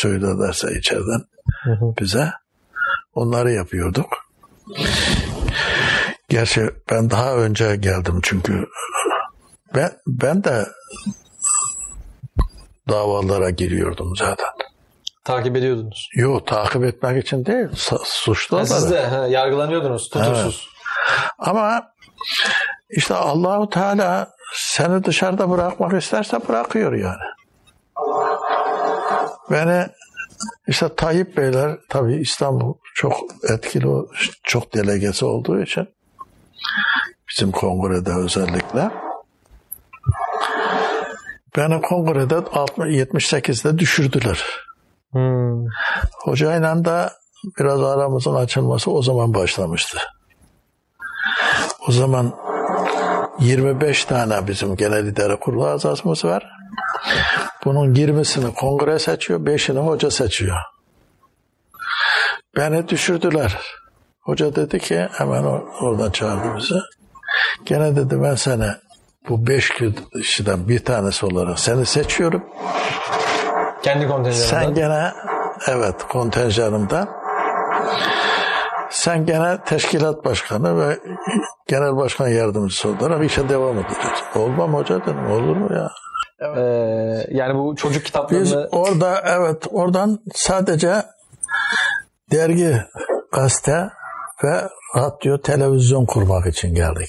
söylerlerse içeriden hı hı. bize onları yapıyorduk. Gerçi ben daha önce geldim çünkü ben ben de davalara giriyordum zaten. Takip ediyordunuz. Yok, takip etmek için değil, suçlu olarak. Siz de he, yargılanıyordunuz tutuksuz. Evet. Ama işte Allah-u Teala seni dışarıda bırakmak isterse bırakıyor yani. Beni işte Tayyip Beyler, tabii İstanbul çok etkili, çok delegesi olduğu için bizim kongrede özellikle beni kongrede yetmiş sekizde düşürdüler. Hmm. Hocayla da biraz aramızın açılması o zaman başlamıştı. O zaman yirmi beş tane bizim genel idare kurulu azasımız var. Bunun yirmisini kongre seçiyor, beşini hoca seçiyor. Beni düşürdüler. Hoca dedi ki, hemen oradan çağırdı bizi. Gene dedi, ben seni bu beş kişiden bir tanesi olarak seni seçiyorum. Kendi kontenjanından. Sen gene, evet, kontenjanımdan. Sen gene teşkilat başkanı ve genel başkan yardımcısı olarak işe devam edeceksin. Olmam hoca dedim, olur mu ya? Evet. Ee, yani bu çocuk kitaplarını... Biz orada, evet, oradan sadece dergi, gazete ve radyo, televizyon kurmak için geldik.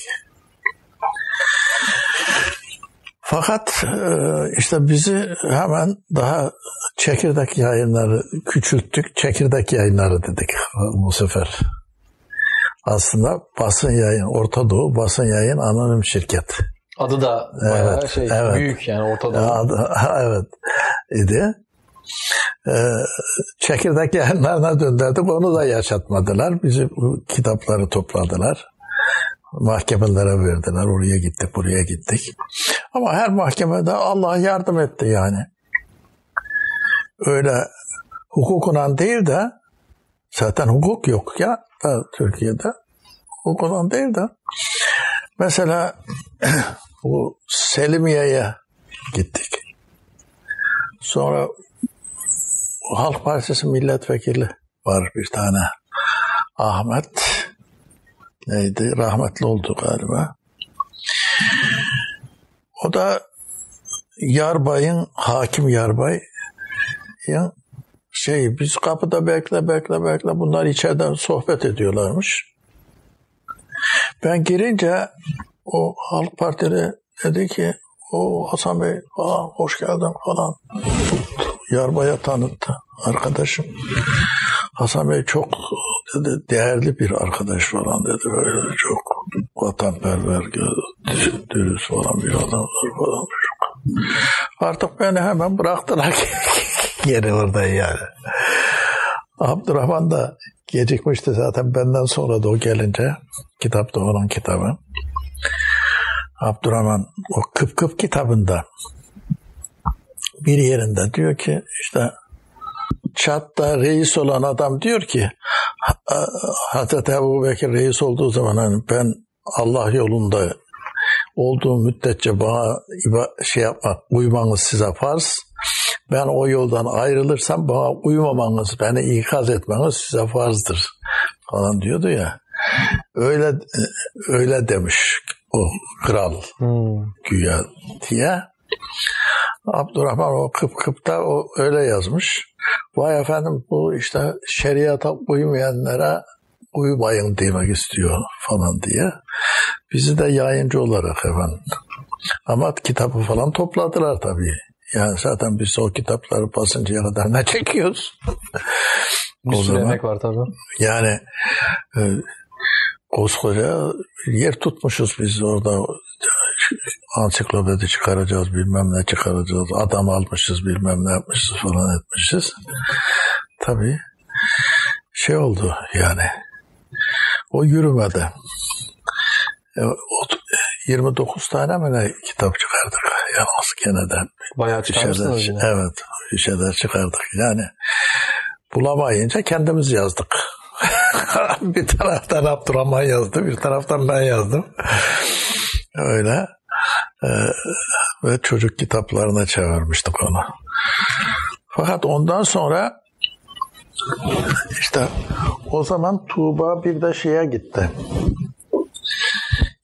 Fakat işte bizi hemen daha çekirdek yayınları küçülttük. Çekirdek yayınları dedik bu sefer. Aslında basın yayın, Orta Doğu Basın Yayın Anonim Şirket. Adı da bayağı evet, şey evet. büyük yani Orta Doğu. Adı, evet idi. Ee, çekirdek yayınlarına döndürdük. Onu da yaşatmadılar. Bizi bu kitapları topladılar. Mahkemelere verdiler. Oraya gittik, buraya gittik. Ama her mahkemede Allah yardım etti yani. Öyle hukukuna değil de, zaten hukuk yok ya Türkiye'de. Hukukuna değil de. Mesela bu Selimiye'ye gittik. Sonra Halk Partisi milletvekili var bir tane. Ahmet neydi? Rahmetli oldu galiba. O da Yarbay'ın, hakim Yarbay şey, biz kapıda bekle bekle bekle, bunlar içeriden sohbet ediyorlarmış. Ben girince o Halk Partili dedi ki, o Hasan Bey, aa, hoş geldin falan. Yarbay'a tanıttı arkadaşım. Hasan Bey çok dedi, değerli bir arkadaş falan dedi. Böyle çok vatanperver, dürüst falan bir adamlar falan. Artık beni hemen bıraktılar geri orada yani. Abdurrahman da gecikmişti zaten benden sonra da o gelince. Kitapta olan kitabı. Abdurrahman o Kıp Kıp kitabında bir yerinde diyor ki, işte Çat'ta reis olan adam diyor ki, Hazreti Ebubekir reis olduğu zaman hani ben Allah yolunda olduğum müddetçe bana şey yapmak, uymanız size farz. Ben o yoldan ayrılırsam bana uymamanız, beni ikaz etmeniz size farzdır falan diyordu ya. Öyle öyle demiş o kral hmm. güya diye. Abdurrahman o Kıp Kıp'ta o öyle yazmış. Vay efendim, bu işte şeriata uymayanlara uymayın demek istiyor falan diye. Bizi de yayıncı olarak efendim. Ama kitabı falan topladılar tabii. Yani zaten biz o kitapları basıncaya kadar ne çekiyoruz? Bir sürü emek var tabii. Yani e, koskoca yer tutmuşuz biz orada. Ansiklopedi çıkaracağız, bilmem ne çıkaracağız. Adam almışız, bilmem ne yapmışız falan etmişiz. Tabii şey oldu yani. O yürümedi. E, yirmi dokuz tane mi ne kitap çıkardık yalnız gene de. Bayağı çıkarmışsınız yine. Evet, bir şeyler çıkardık. Yani bulamayınca kendimiz yazdık. Bir taraftan Abdurrahman yazdı, bir taraftan ben yazdım. Öyle. Ee, ve çocuk kitaplarına çevirmiştik onu. Fakat ondan sonra işte o zaman Tuğba bir de şeye gitti.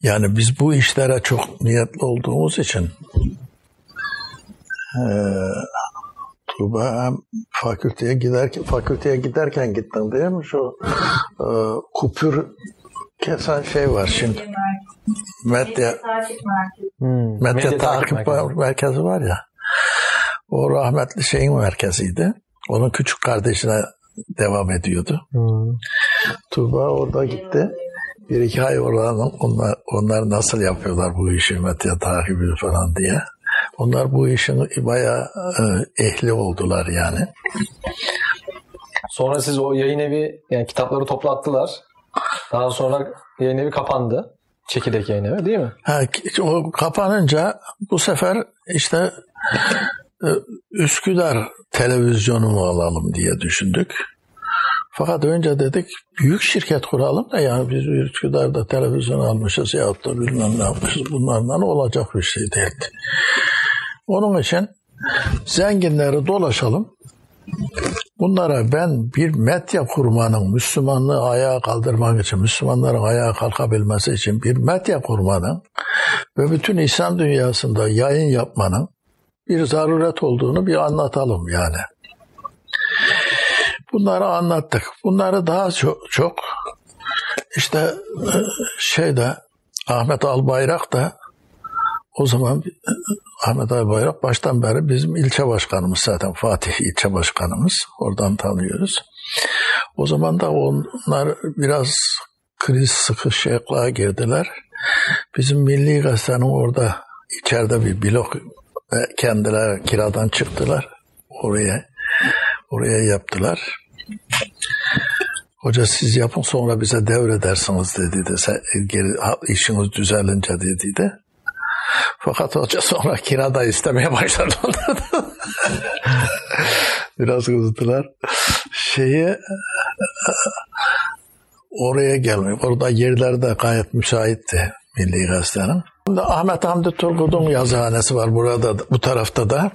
Yani biz bu işlere çok niyetli olduğumuz için e, Tuğba hem fakülteye giderken fakülteye giderken gittin değil mi? Şu e, kupür kesen şey var şimdi. Medya hmm, medya, medya takip merkezi. merkezi var ya. O rahmetli şeyin merkeziydi. Onun küçük kardeşine devam ediyordu. Hmm. Tuğba orada gitti. Bir iki ay oradan onlar, onlar nasıl yapıyorlar bu işi, medya takibi falan diye. Onlar bu işin bayağı e, ehli oldular yani. Sonra siz o yayın evi, yani kitapları toplattılar. Daha sonra yayın evi kapandı. Çekirdek yayın evi değil mi? Ha, o kapanınca bu sefer işte e, Üsküdar televizyonu mu alalım diye düşündük. Fakat önce dedik büyük şirket kuralım da yani biz Üsküdar'da televizyon almışız ya da bilmem ne yapmışız. Bunlardan olacak bir şey değildi. Onun için zenginleri dolaşalım. Bunlara ben bir medya kurmanın, Müslümanlığı ayağa kaldırmak için, Müslümanların ayağa kalkabilmesi için bir medya kurmanın ve bütün İslam dünyasında yayın yapmanın bir zaruret olduğunu bir anlatalım yani. Bunları anlattık. Bunları daha çok, çok işte şeyde Ahmet Albayrak da o zaman Ahmet Albayrak baştan beri bizim ilçe başkanımız zaten. Fatih ilçe başkanımız. Oradan tanıyoruz. O zaman da onlar biraz kriz sıkışıklığa girdiler. Bizim Milli Gazete'nin orada içeride bir blok kendileri kiradan çıktılar. Oraya oraya yaptılar. Hoca siz yapın sonra bize devredersiniz dedi de geri, işiniz düzelince dedi de. Fakat hoca sonra kirada istemeye başladı. Biraz kızdılar. Şeyi oraya gelmiyor. Orada yerler de gayet müsaitti Milli Gazete'nin. Ahmet Hamdi Turgut'un yazıhanesi var burada, bu tarafta da.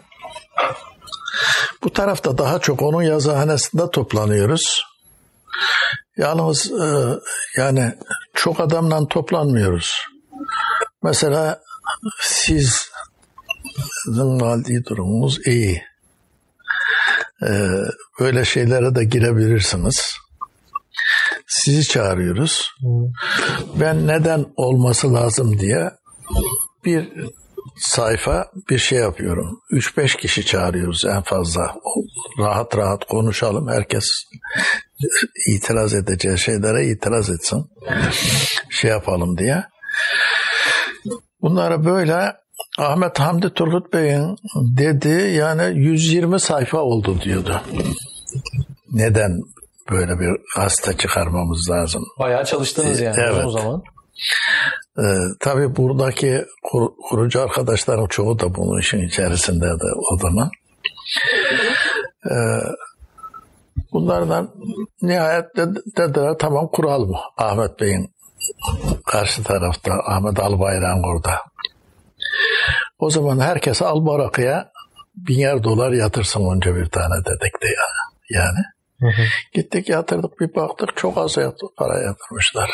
Bu tarafta daha çok onun yazıhanesinde toplanıyoruz. Yalnız e, yani çok adamla toplanmıyoruz. Mesela sizin maddi durumunuz iyi. Ee, böyle şeylere de girebilirsiniz. Sizi çağırıyoruz. Ben neden olması lazım diye bir sayfa bir şey yapıyorum. Üç beş kişi çağırıyoruz en fazla. Rahat rahat konuşalım. Herkes itiraz edeceği şeylere itiraz etsin. Şey yapalım diye. Bunlara böyle Ahmet Hamdi Turgut Bey'in dediği yani yüz yirmi sayfa oldu diyordu. Neden böyle bir gazete çıkarmamız lazım? Bayağı çalıştınız yani evet. O zaman. Ee, tabii buradaki kur, kurucu arkadaşların çoğu da bunun işin içerisindeydi o zaman. Ee, bunlardan nihayet dediler tamam kuralım Ahmet Bey'in karşı tarafta Ahmet Albayrak'ın orada. O zaman herkes Albayrak'a biner dolar yatırsın önce bir tane dedik de yani. yani. Hı hı. Gittik yatırdık bir baktık çok az para yatırmışlar.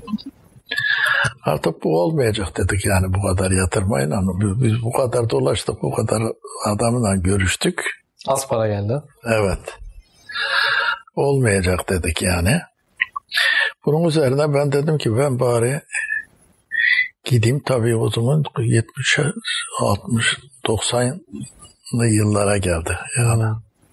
Artık bu olmayacak dedik yani bu kadar yatırmayın ama biz bu kadar dolaştık bu kadar adamla görüştük. Az para geldi. Evet. Olmayacak dedik yani. Bunun üzerine ben dedim ki ben bari gideyim tabii o zaman yetmiş, altmış, doksanlı yıllara geldi yani.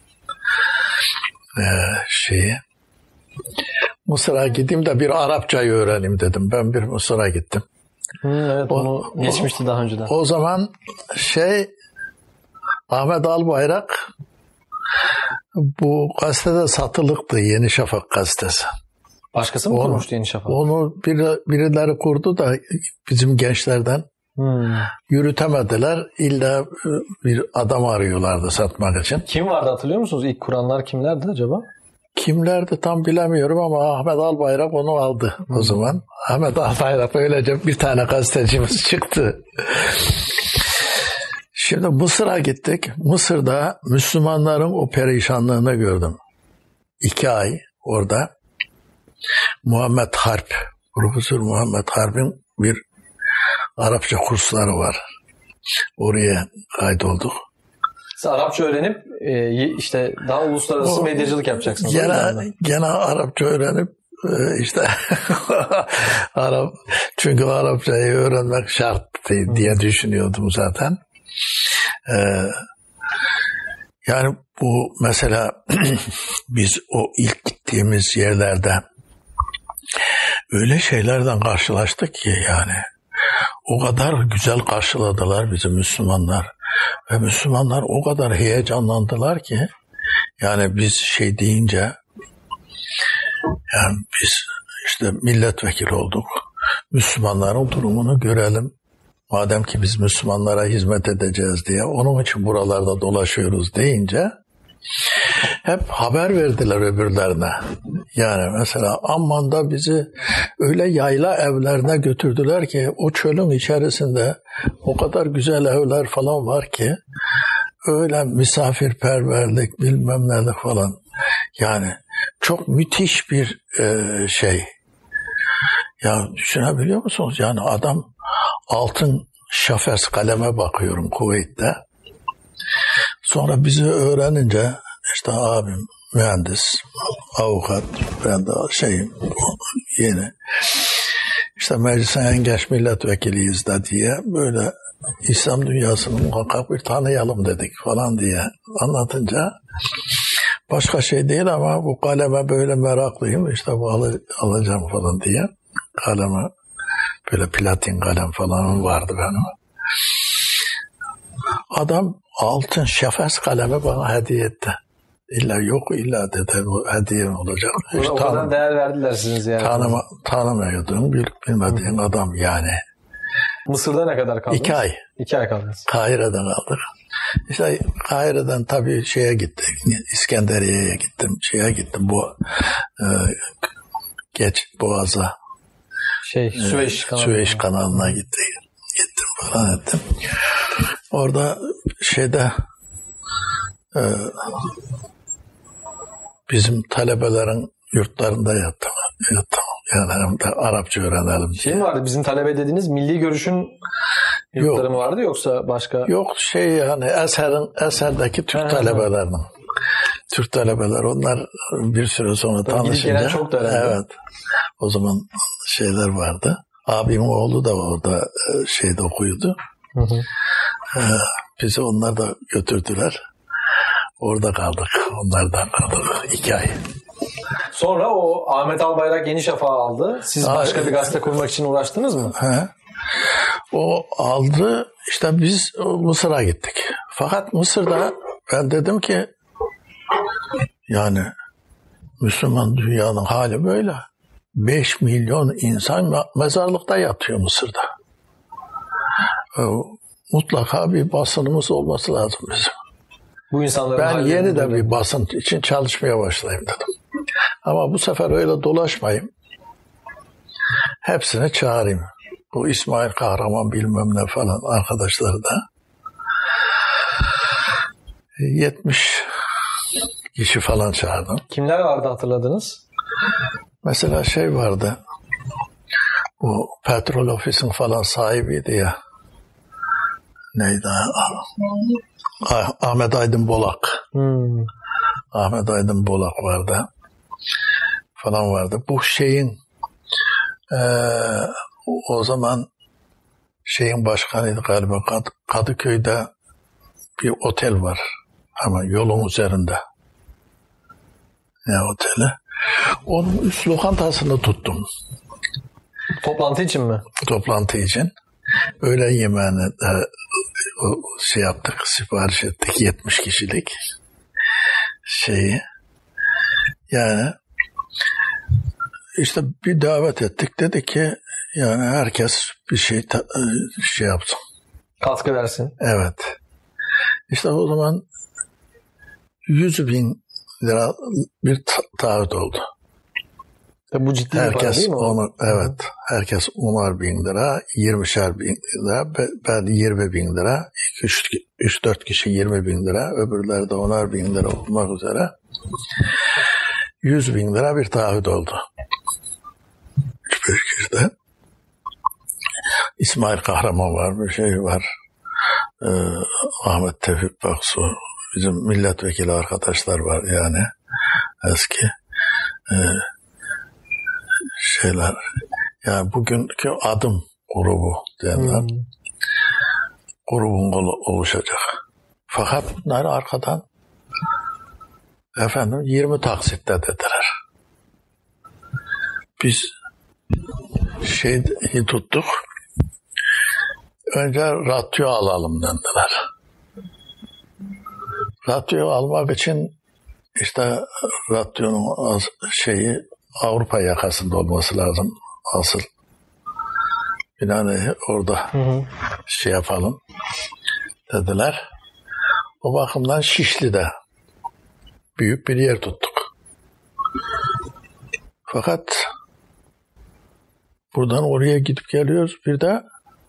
Ee, şeyi Mısır'a gideyim de bir Arapçayı öğreneyim dedim. Ben bir Mısır'a gittim. Hmm, evet onu o, geçmişti daha önceden. O zaman şey Ahmet Albayrak bu gazetede satılıktı Yeni Şafak gazetesi. Başkası mı onu, kurmuştu Yeni Şafak? Onu biri, birileri kurdu da bizim gençlerden hmm. yürütemediler. İlla bir adam arıyorlardı satmak için. Kim vardı hatırlıyor musunuz? İlk kuranlar kimlerdi acaba? Kimlerdi tam bilemiyorum ama Ahmet Albayrak onu aldı hmm. o zaman. Ahmet Albayrak öylece bir tane gazetecimiz çıktı. Şimdi Mısır'a gittik. Mısır'da Müslümanların o perişanlığını gördüm. İki ay orada Muhammed Harp, Profesör Muhammed Harp'in bir Arapça kursları var. Oraya kaydolduk. Siz Arapça öğrenip e, işte daha uluslararası o, medyacılık yapacaksınız. Gene, gene Arapça öğrenip e, işte Arap, çünkü Arapçayı öğrenmek şart diye düşünüyordum zaten. Ee, yani bu mesela biz o ilk gittiğimiz yerlerde öyle şeylerden karşılaştık ki yani o kadar güzel karşıladılar bizi Müslümanlar ve Müslümanlar o kadar heyecanlandılar ki yani biz şey deyince yani biz işte milletvekili olduk, Müslümanların durumunu görelim. Madem ki biz Müslümanlara hizmet edeceğiz diye, onun için buralarda dolaşıyoruz deyince hep haber verdiler öbürlerine. Yani mesela Amman'da bizi öyle yayla evlerine götürdüler ki o çölün içerisinde o kadar güzel evler falan var ki öyle misafirperverlik bilmem nelik falan. Yani çok müthiş bir e, şey. Ya düşünebiliyor musunuz? Yani adam altın şafes kaleme bakıyorum Kuveyt'te. Sonra bizi öğrenince işte abim mühendis, avukat, ben de şeyim yeni. İşte meclisin en genç milletvekiliyiz de diye böyle İslam dünyasını muhakkak bir tanıyalım dedik falan diye anlatınca başka şey değil ama bu kaleme böyle meraklıyım işte bu al- alacağım falan diye kaleme böyle platin kalem falan vardı benim. Adam altın şefes kalemi bana hediye etti. İlla yok illa dedi bu hediye olacak. Hiç o tanım, kadar değer verdiler sizin ziyaretinize. Tanıma, tanımayordum, bilmediğim Hı. adam yani. Mısır'da ne kadar kaldınız? İki ay. İki ay kaldınız. Kahire'de kaldık. İşte Kahire'den tabii şeye gittik. İskenderiye'ye gittim. Şeye gittim bu e, geç Boğaz'a. Şey e, Süveyş kanalına. Süveyş kanalına gittik. Gittim falan ettim. Orada şeyde e, bizim talebelerin yurtlarında yattım. yattım. Yani hem de Arapça öğrenelim. Şey mi vardı bizim talebe dediğiniz Milli Görüş'ün yurtları yok. mı vardı yoksa başka? Yok şey yani Eser'in Eser'deki Türk ha, talebelerinin. Ha. Türk talebeler onlar bir süre sonra tanışınca. Çok da herhalde. Evet. O zaman şeyler vardı. Abimin oğlu da orada şeyde okuyordu. Hı hı. Ee, bizi onlar da götürdüler. Orada kaldık. Onlardan kaldık. iki ay. Sonra o Ahmet Albayrak Yeni Şafak'ı aldı. Siz Aa, başka bir gazete kurmak için uğraştınız mı? He. O aldı. İşte biz Mısır'a gittik. Fakat Mısır'da ben dedim ki yani Müslüman dünyanın hali böyle. beş milyon insan mezarlıkta yatıyor Mısır'da. Mutlaka bir basınımız olması lazım bizim. Bu insanların ben yeniden bir basın için çalışmaya başlayayım dedim. Ama bu sefer öyle dolaşmayayım. Hepsini çağırayım. Bu İsmail Kahraman bilmem ne falan arkadaşları da. yetmiş kişi falan çağırdım. Kimler vardı hatırladınız? Mesela şey vardı. Bu petrol ofisin falan sahibiydi ya. Neydi? Ah, Ahmet Aydın Bolak. Hmm. Ahmet Aydın Bolak vardı. Falan vardı. Bu şeyin e, o zaman şeyin başkanıydı galiba Kad- Kadıköy'de bir otel var. Ama yolun üzerinde. Ne oteli? Onun üst lokantasını tuttum. Toplantı için mi? Toplantı için. Öğlen yemeğini de şey yaptık, sipariş ettik yetmiş kişilik şeyi. Yani işte bir davet ettik. Dedi ki yani herkes bir şey ta- şey yapsın. Katkı versin. Evet. İşte o zaman yüz bin lira bir ta- taahhüt oldu. Tabii bu ciddi bir para değil mi? Onu, evet. Herkes onar bin lira, yirmişer bin lira, ben yirmi bin lira, üç dört kişi yirmi bin lira, öbürleri de onar bin lira olmak üzere yüz bin lira bir taahhüt oldu. üç beş kişide. İsmail Kahraman var, bir şey var. Ee, Ahmet Tevfik Baksu, bizim milletvekili arkadaşlar var yani eski ee, şeyler. Yani bugünkü adım grubu diyorlar. Hmm. Grubun oluşacak. Fakat bunlar arkadan efendim yirmi taksitte dediler. Biz şeyi tuttuk. Önce radyo alalım dediler. Radyo almak için işte radyonun az şeyi Avrupa yakasında olması lazım. Asıl binaenaleyh orada hı hı. şey yapalım dediler. O bakımdan Şişli'de büyük bir yer tuttuk. Fakat buradan oraya gidip geliyoruz. Bir de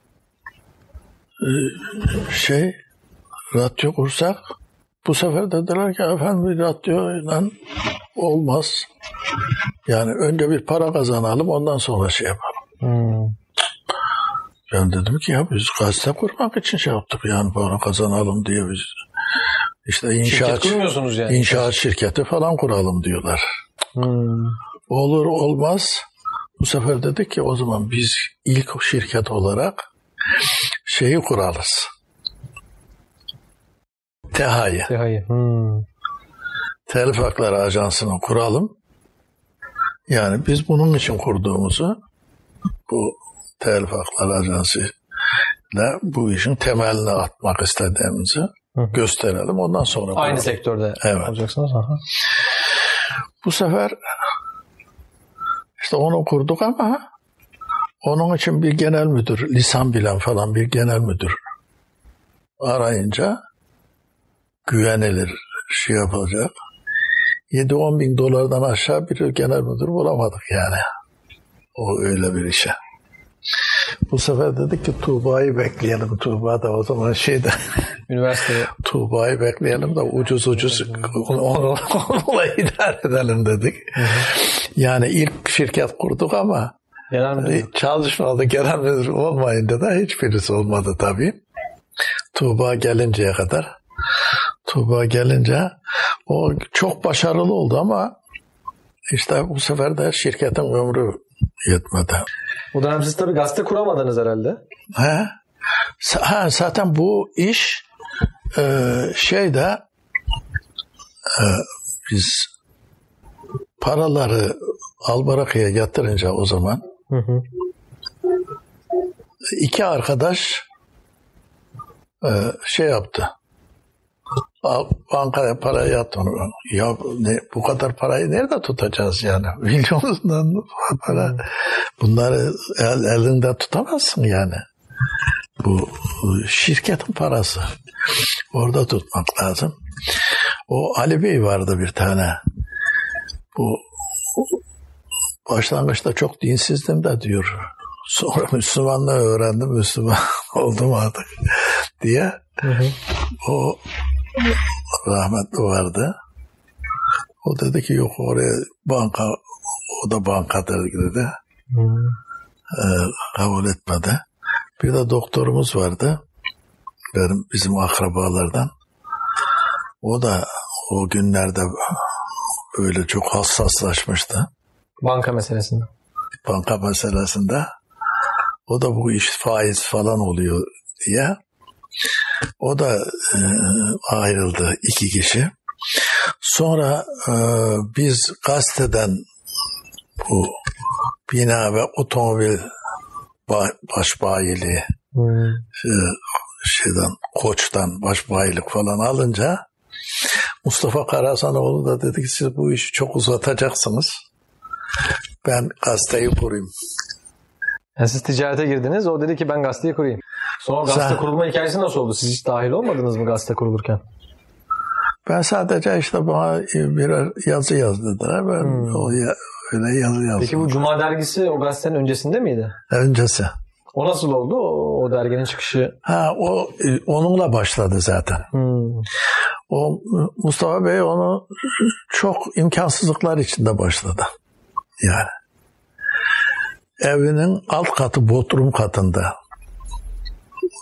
şey radyo kursak bu sefer dediler ki efendim radyoyla olmaz. Yani önce bir para kazanalım ondan sonra şey yapalım. Hmm. Ben dedim ki ya biz gazete kurmak için şey yaptık yani para kazanalım diye biz işte inşaat, kurmuyorsunuz yani. İnşaat şirketi falan kuralım diyorlar. Hmm. Olur olmaz. Bu sefer dedik ki o zaman biz ilk şirket olarak şeyi kurarız. TEHA'yı. TEHA'yı. Hmm. Telif Hakları Ajansı'nı kuralım. Yani biz bunun için kurduğumuzu bu Telif Hakları Ajansı ile bu işin temelini atmak istediğimizi Hı. gösterelim. Ondan sonra aynı kuralım. Sektörde evet. olacaksınız. Aha. Bu sefer işte onu kurduk ama onun için bir genel müdür, lisan bilen falan bir genel müdür arayınca güvenilir şey yapacak. yedi on bin dolardan aşağı bir genel müdür bulamadık yani. O öyle bir işe. Bu sefer dedik ki Tuğba'yı bekleyelim. Tuğba da o zaman şeyde üniversitede Tuğba'yı bekleyelim de ucuz ucuz onu, onunla idare edelim dedik. Hı hı. Yani ilk şirket kurduk ama genel müdür. Çalışmadı. Genel müdür olmayınca da hiçbirisi olmadı tabii. Tuğba gelinceye kadar. Tuğba gelince o çok başarılı oldu ama işte bu sefer de şirketin ömrü yetmedi. O dönem siz tabii gazete kuramadınız herhalde. He. Ha, zaten bu iş e, şeyde e, biz paraları Albarakı'ya yatırınca o zaman hı hı. iki arkadaş e, şey yaptı. Bankaya parayı yatırdı. Ya ne, bu kadar parayı nerede tutacağız yani? Milyonundan para. Hmm. Bunları el, elinde tutamazsın yani. Bu şirketin parası. Orada tutmak lazım. O Ali Bey vardı bir tane. Bu başlangıçta çok dinsizdim de diyor. Sonra Müslümanlığı öğrendim. Müslüman oldum artık diye. Hı hı. O rahmetli vardı. O dedi ki yok oraya banka, o da bankadır dedi. Hmm. Ee, kabul etmedi. Bir de doktorumuz vardı. Benim bizim akrabalardan. O da o günlerde böyle çok hassaslaşmıştı. Banka meselesinde. Banka meselesinde. O da bu iş faiz falan oluyor diye. O da e, ayrıldı iki kişi. Sonra e, biz gazeteden bu bina ve otomobil başbayiliği hmm. e, şeyden Koç'tan başbayilik falan alınca Mustafa Karahasanoğlu da dedi ki siz bu işi çok uzatacaksınız. Ben gazeteyi kurayım. Yani siz ticarete girdiniz. O dedi ki ben gazeteyi kurayım. Sonra gazete Sen, kurulma hikayesi nasıl oldu? Siz hiç dahil olmadınız mı gazete kurulurken? Ben sadece işte bana birer yazı yazdılar. Ben hmm. o ya, öyle yazı yazdım. Peki bu Cuma dergisi o gazetenin öncesinde miydi? Öncesi. O nasıl oldu? O, o derginin çıkışı? Ha o onunla başladı zaten. Hmm. O Mustafa Bey onu çok imkansızlıklar içinde başladı. Yani evinin alt katı bodrum katında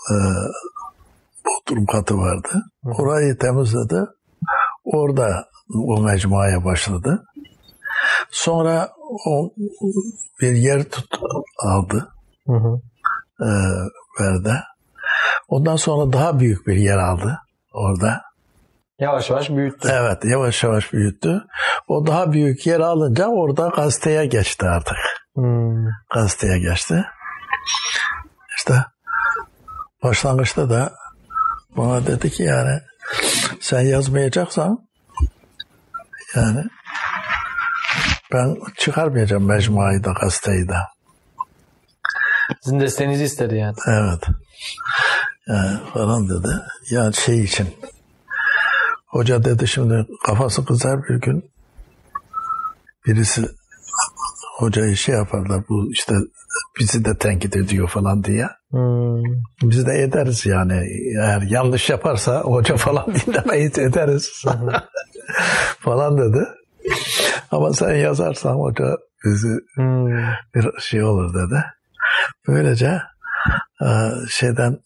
e, bodrum katı vardı. Orayı temizledi. Orada o mecmuaya başladı. Sonra o bir yer tut aldı. Hı hı. E, verdi. Ondan sonra daha büyük bir yer aldı orada. Yavaş yavaş büyüttü. Evet, yavaş yavaş büyüttü. O daha büyük yer alınca orada gazeteye geçti artık. Hmm. Gazeteye geçti. İşte başlangıçta da bana dedi ki yani sen yazmayacaksan yani ben çıkarmayacağım mecmuayı da gazeteyi de. Sizin desteğinizi istedi yani. Evet. Yani falan dedi. Yani şey için. Hoca dedi şimdi kafası kızar bir gün. Birisi hocayı şey yaparlar. Bu işte bizi de tenkit ediyor falan diye. Hmm. Biz de ederiz yani. Eğer yanlış yaparsa hoca falan dinlemeyiz ederiz. falan dedi. Ama sen yazarsan hoca bizi Hmm. bir şey olur dedi. Böylece şeyden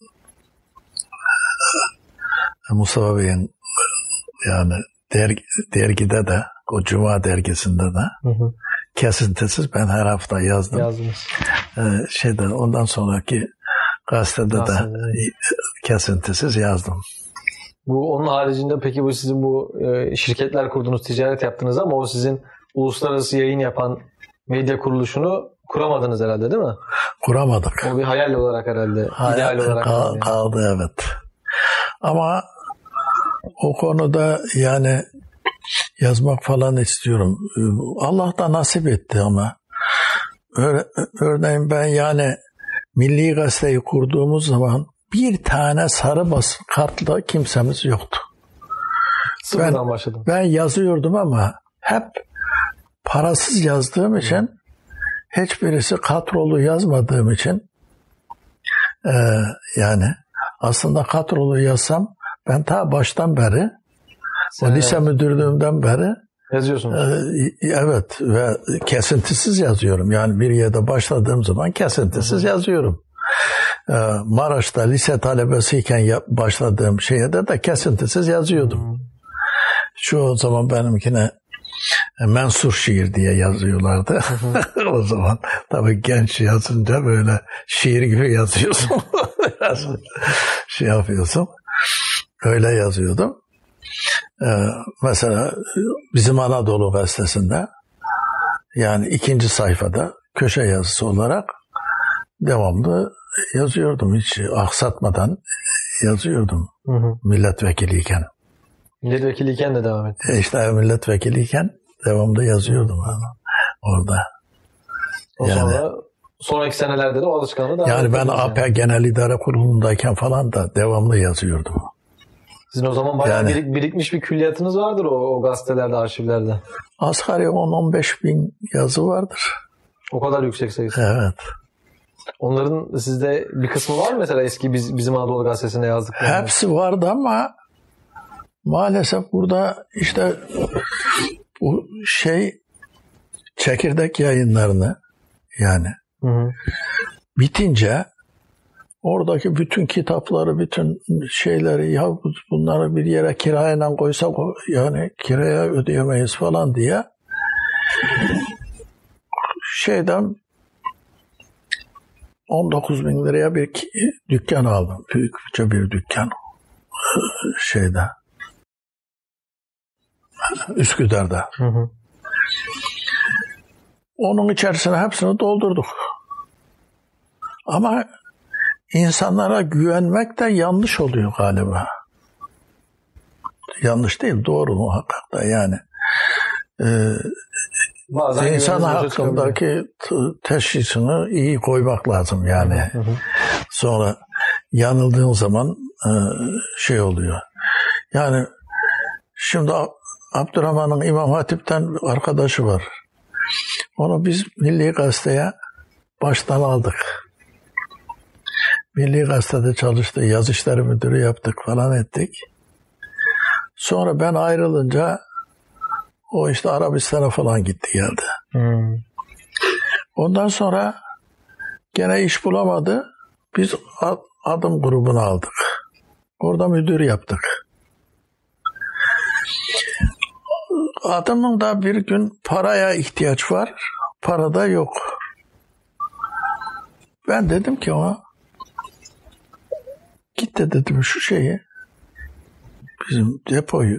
Mustafa Bey'in yani dergi, dergide de o Cuma dergisinde de Hı hı. kesintisiz ben her hafta yazdım. Yazdınız. Ee, şeyden ondan sonraki gazetede de kesintisiz yazdım. Bu onun haricinde peki bu sizin bu e, şirketler kurdunuz, ticaret yaptınız ama o sizin uluslararası yayın yapan medya kuruluşunu kuramadınız herhalde değil mi? Kuramadık. O bir hayal olarak herhalde, Hayal, ideal olarak. kal, yani. Kaldı evet. Ama o konuda yani yazmak falan istiyorum. Allah da nasip etti ama. Örneğin ben yani Milli Gazete'yi kurduğumuz zaman bir tane sarı basın kartlı kimsemiz yoktu. Sıfırdan ben, başladım. Ben yazıyordum ama hep parasız yazdığım için hiçbirisi kadrolu yazmadığım için e, yani aslında kadrolu yazsam ben ta baştan beri Sen o lise müdürlüğümden beri yazıyorsunuz. E, evet ve kesintisiz yazıyorum. Yani bir yerde başladığım zaman kesintisiz Hı-hı. yazıyorum. E, Maraş'ta lise talebesiyken yap, başladığım şeye de de kesintisiz yazıyordum. Hı-hı. Şu o zaman benimkine mensur şiir diye yazıyorlardı. O zaman tabii genç yazınca böyle şiir gibi yazıyorsun. Biraz şey yapıyorsun. Öyle yazıyordum. Ee, mesela bizim Anadolu Gazetesi'nde yani ikinci sayfada köşe yazısı olarak devamlı yazıyordum. Hiç aksatmadan yazıyordum. Hı hı. Milletvekiliyken. Milletvekiliyken de devam etti. E işte milletvekiliyken devamlı yazıyordum yani orada. O yani, sonra sonraki senelerde de o alışkanlığı devam yani ben A P yani. Genel İdare Kurulu'ndayken falan da devamlı yazıyordum. Sizin o zaman bayağı yani, birik, birikmiş bir külliyatınız vardır o, o gazetelerde, arşivlerde. Asgari on on beş bin yazı vardır. O kadar yüksek sayısı. Evet. Onların sizde bir kısmı var mı mesela eski biz, bizim Anadolu Gazetesi'nde yazdıklarında? Hepsi vardı ama maalesef burada işte bu şey çekirdek yayınlarını yani hı hı. bitince oradaki bütün kitapları, bütün şeyleri ya bunları bir yere kirayla koysak yani kiraya ödeyemeyiz falan diye şeyden on dokuz bin liraya bir dükkan aldım. Büyükçe bir dükkan şeyde Üsküdar'da. Hı hı. Onun içerisine hepsini doldurduk. Ama insanlara güvenmek de yanlış oluyor galiba. Yanlış değil, doğru muhakkak da yani. Ee, insan hakkındaki teşhisini iyi koymak lazım yani. Hı hı. Sonra yanıldığın zaman şey oluyor. Yani şimdi Abdurrahman'ın İmam Hatip'ten arkadaşı var. Onu biz Milli Gazete'ye baştan aldık. Milli Gazete'de çalıştı, yaz işleri müdürü yaptık falan ettik. Sonra ben ayrılınca o işte Arabistan'a falan gitti geldi. Hmm. Ondan sonra gene iş bulamadı. Biz Adım grubunu aldık. Orada müdür yaptık. Adamın da bir gün paraya ihtiyaç var. Para da yok. Ben dedim ki ona, git de dedim şu şeyi, bizim depoyu,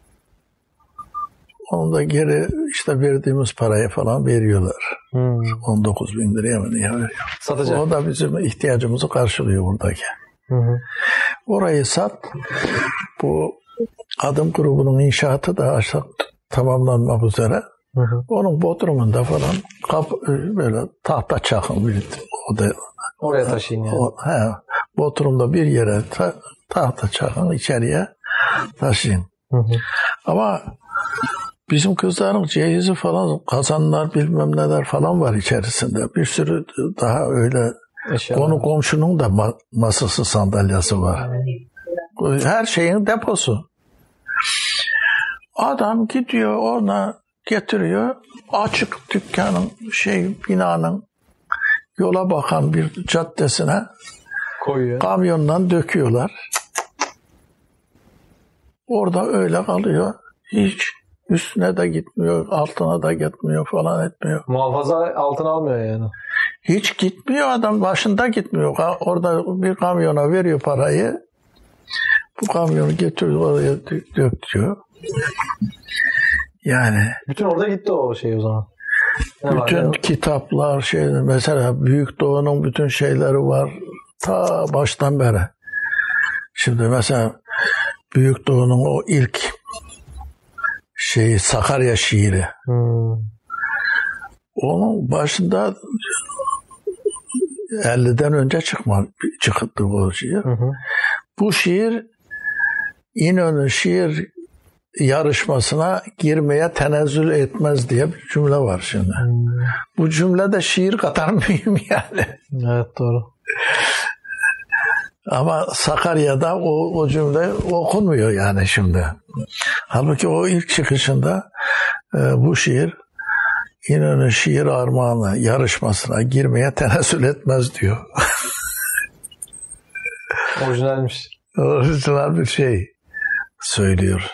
onu da geri işte verdiğimiz paraya falan veriyorlar. Hmm. on dokuz bin liraya mı niye veriyor? Satacak. O da bizim ihtiyacımızı karşılıyor buradaki. Hı hı. Orayı sat. Bu adım grubunun inşaatı da aşağı tamamlanmak üzere. Hı hı. Onun bodrumunda falan kap, böyle tahta çakın bir o da oraya taşıyın yani. O, he, bodrumda bir yere ta, tahta çakın içeriye taşıyın. Hı hı. Ama bizim kızların cehizi falan, kazanlar bilmem neler falan var içerisinde. Bir sürü daha öyle eşya konu var. Komşunun da ma- masası, sandalyası var. Her şeyin deposu. Adam gidiyor ona getiriyor. Açık dükkanın, şey binanın yola bakan bir caddesine koyuyor. Kamyondan döküyorlar. Orada öyle kalıyor. Hiç üstüne de gitmiyor, altına da gitmiyor falan etmiyor. Muhafaza altına almıyor yani. Hiç gitmiyor adam, başında gitmiyor. Orada bir kamyona veriyor parayı. Bu kamyonu getiriyor oraya döküyor. Yani. Bütün orada gitti o şey o zaman. Ne bütün kitaplar, şey, mesela Büyük Doğu'nun bütün şeyleri var. Ta baştan beri. Şimdi mesela Büyük Doğu'nun o ilk şey Sakarya şiiri. Hmm. Onun başında elliden önce çıkma, çıktı bu şiir. Hı hı. Bu şiir İnönü şiir yarışmasına girmeye tenezzül etmez diye bir cümle var şimdi. Hmm. Bu cümlede şiir kadar mühim yani. Evet, doğru. Ama Sakarya'da o, o cümle okunmuyor yani şimdi. Halbuki o ilk çıkışında e, bu şiir İnönü şiir armağanı yarışmasına girmeye tenezzül etmez diyor. Orijinalmiş. Orijinal bir şey söylüyor.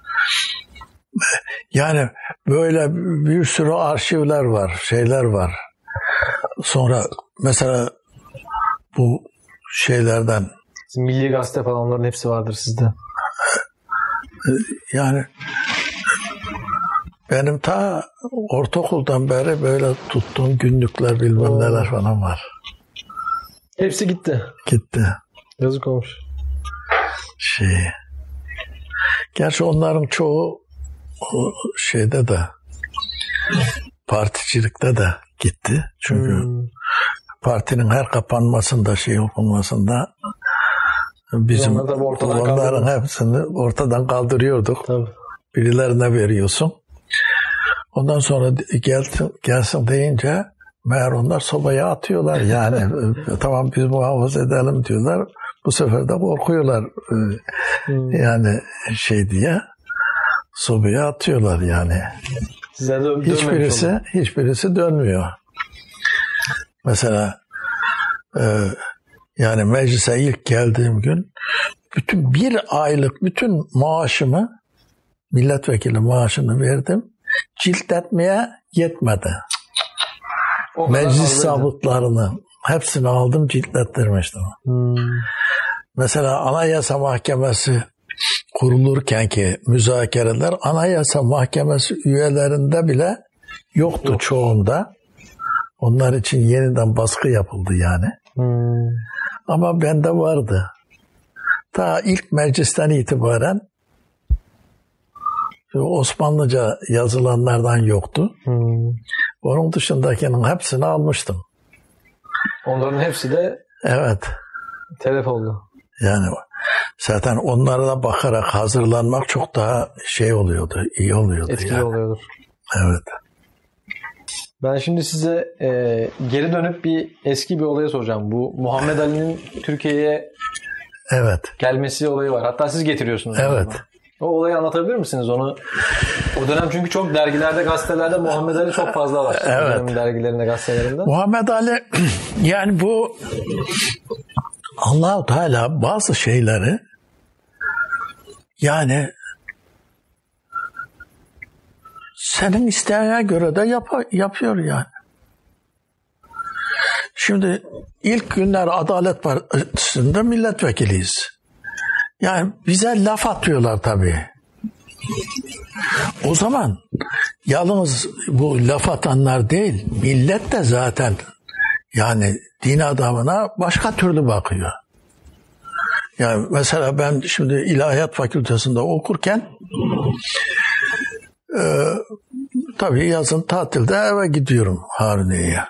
Yani böyle bir sürü arşivler var, şeyler var. Sonra mesela bu şeylerden Milli Gazete falan, onların hepsi vardır sizde. Yani benim ta ortaokuldan beri böyle tuttuğum günlükler bilmem Oo. neler falan var. Hepsi gitti. Gitti. Yazık olmuş. Şey. Gerçi onların çoğu o şeyde de particilikte de gitti. Çünkü hmm. partinin her kapanmasında, şey yapılmasında bizim onların hepsini ortadan kaldırıyorduk. Tabii. Birilerine veriyorsun. Ondan sonra gelsin, gelsin deyince meğer onlar sobaya atıyorlar. Yani tamam biz muhafaza edelim diyorlar. Bu sefer de korkuyorlar. Hmm. Yani şey diye sobaya atıyorlar yani. Size dön- hiçbirisi, hiçbirisi dönmüyor. Mesela e, yani meclise ilk geldiğim gün bütün bir aylık bütün maaşımı, milletvekili maaşını verdim. Ciltletmeye yetmedi. O meclis zabıtlarını hepsini aldım, ciltlettirmiştim. Hmm. Mesela Anayasa Mahkemesi kurulurken ki müzakereler Anayasa Mahkemesi üyelerinde bile yoktu Yok. çoğunda. Onlar için yeniden baskı yapıldı yani. Hmm. Ama bende vardı. Ta ilk meclisten itibaren Osmanlıca yazılanlardan yoktu. Hmm. Onun dışındakinin hepsini almıştım. Onların hepsi de evet. telef oldu. Yani zaten onlara da bakarak hazırlanmak çok daha şey oluyordu, iyi oluyordu. Etkili yani. oluyordur. Evet. Ben şimdi size e, geri dönüp bir eski bir olaya soracağım. Bu Muhammed Ali'nin Türkiye'ye evet. gelmesi olayı var. Hatta siz getiriyorsunuz. Evet. Onu. O olayı anlatabilir misiniz onu? O dönem çünkü çok dergilerde, gazetelerde Muhammed Ali çok fazla var. Evet. O dönemin dergilerinde, gazetelerinde. Muhammed Ali yani bu Allah-u Teala bazı şeyleri yani senin isteğine göre de yap, yapıyor yani. Şimdi ilk günler Adalet Partisi'nde milletvekiliyiz. Yani bize laf atıyorlar tabii. O zaman yalnız bu laf atanlar değil, millet de zaten yani din adamına başka türlü bakıyor. Yani mesela ben şimdi İlahiyat Fakültesi'nde okurken e, tabii yazın tatilde eve gidiyorum Haruniye'ye.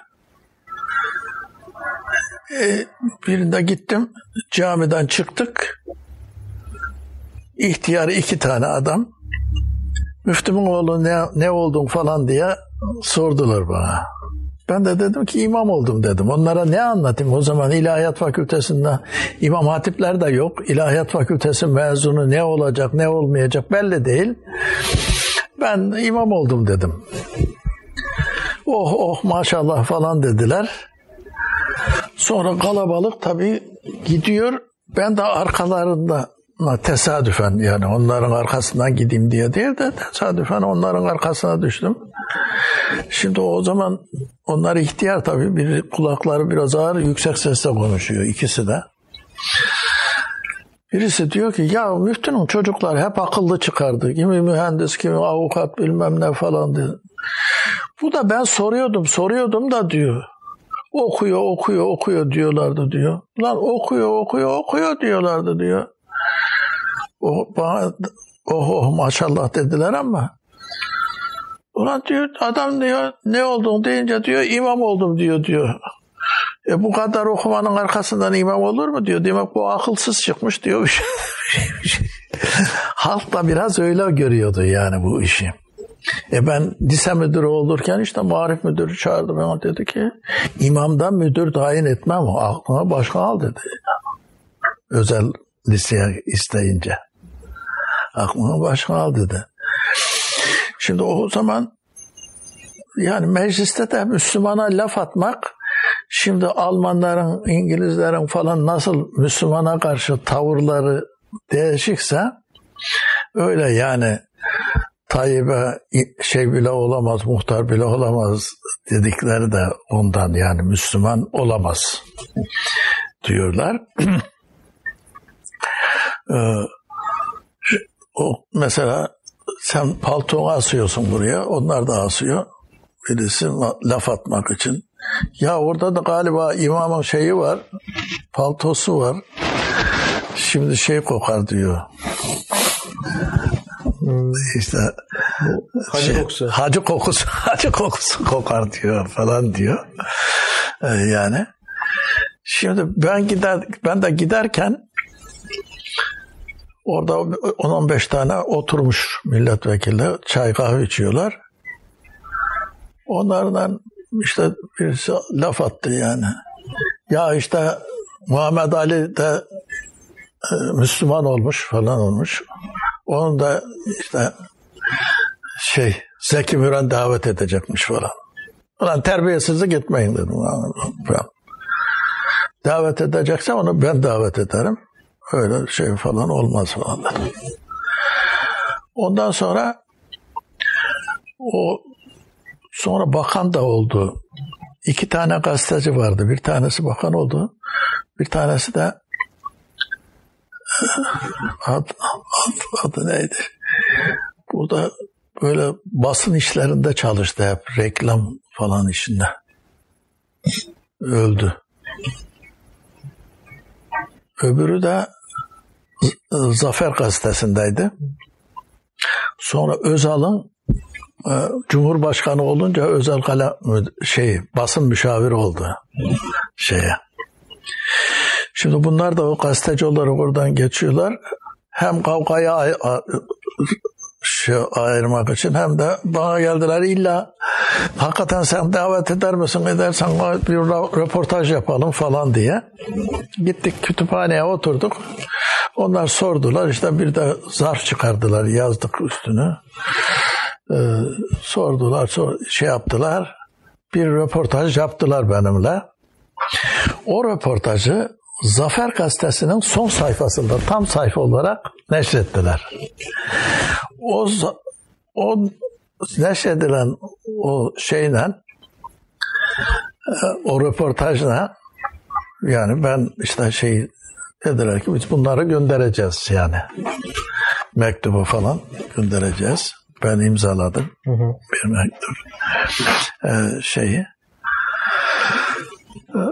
E, birinde gittim, camiden çıktık. İhtiyarı iki tane adam, müftümün oğlu ne, ne oldun falan diye sordular bana. Ben de dedim ki imam oldum dedim. Onlara ne anlatayım? O zaman İlahiyat Fakültesi'nde imam hatipler de yok. İlahiyat Fakültesi mezunu ne olacak, ne olmayacak belli değil. Ben imam oldum dedim. Oh oh maşallah falan dediler. Sonra kalabalık tabii gidiyor. Ben de arkalarında tesadüfen yani onların arkasından gideyim diye değil de tesadüfen onların arkasına düştüm. Şimdi o zaman onlar ihtiyar tabii. Bir kulakları biraz ağır, yüksek sesle konuşuyor ikisi de. Birisi diyor ki ya müftünün çocuklar hep akıllı çıkardı. Kimi mühendis, kimi avukat bilmem ne falan diyor. Bu da ben soruyordum, soruyordum da diyor. Okuyor, okuyor, okuyor diyorlardı diyor. Lan okuyor, okuyor, okuyor diyorlardı diyor. Oh, bana, oh, oh maşallah dediler ama ulan diyor adam diyor ne oldun deyince diyor imam oldum diyor diyor. E bu kadar okumanın arkasından imam olur mu diyor. Demek bu akılsız çıkmış diyor. Halk da biraz öyle görüyordu yani bu işi. E ben lise müdürü olurken işte marif müdürü çağırdı bana dedi ki imamdan müdür tayin etmem o aklına başka al dedi. Özel liseye isteyince. Aklına başka al dedi. Şimdi o zaman yani mecliste de Müslümana laf atmak şimdi Almanların, İngilizlerin falan nasıl Müslümana karşı tavırları değişikse öyle yani Tayyip'e şey bile olamaz, muhtar bile olamaz dedikleri de ondan yani Müslüman olamaz diyorlar. ee, o mesela sen paltonu asıyorsun buraya, onlar da asıyor. Birisi laf atmak için. Ya orada da galiba imamın şeyi var, paltosu var. Şimdi şey kokar diyor. Hmm. İşte hacı şey, kokusu. Hacı kokusu, hacı kokusu kokar diyor falan diyor. Ee, yani şimdi ben gider, ben de giderken orada on on beş tane oturmuş milletvekili çay kahve içiyorlar. Onlardan işte birisi laf attı yani. Ya işte Muhammed Ali de e, Müslüman olmuş falan olmuş. Onun da işte şey Zeki Müren davet edecekmiş falan. Ulan terbiyesizlik etmeyin dedim. Ben. Davet edecekse onu ben davet ederim. Öyle şey falan olmaz falan dedim. Ondan sonra o sonra bakan da oldu. İki tane gazeteci vardı. Bir tanesi bakan oldu. Bir tanesi de adı, adı, adı neydi? Bu da böyle basın işlerinde çalıştı hep. Reklam falan işinde. Öldü. Öbürü de Zafer Gazetesi'ndeydi. Sonra Özal'ın Cumhurbaşkanı olunca Özal kalem şey basın müşaviri oldu şeye. Şimdi bunlar da o gazeteci olarak oradan geçiyorlar. Hem kavgayı ay- a- şey ayırmak için hem de bana geldiler illa hakikaten sen davet eder misin edersen bir röportaj yapalım falan diye. Gittik kütüphaneye oturduk. Onlar sordular işte bir de zarf çıkardılar yazdık üstüne. Ee, sordular sor, şey yaptılar. Bir röportaj yaptılar benimle. O röportajı Zafer Gazetesi'nin son sayfasında tam sayfa olarak neşrettiler. O, o neşredilen o şeyle, o röportajla, yani ben işte şey dediler ki biz bunları göndereceğiz yani. Mektubu falan göndereceğiz. Ben imzaladım hı hı. bir mektup ee, şeyi. Ee,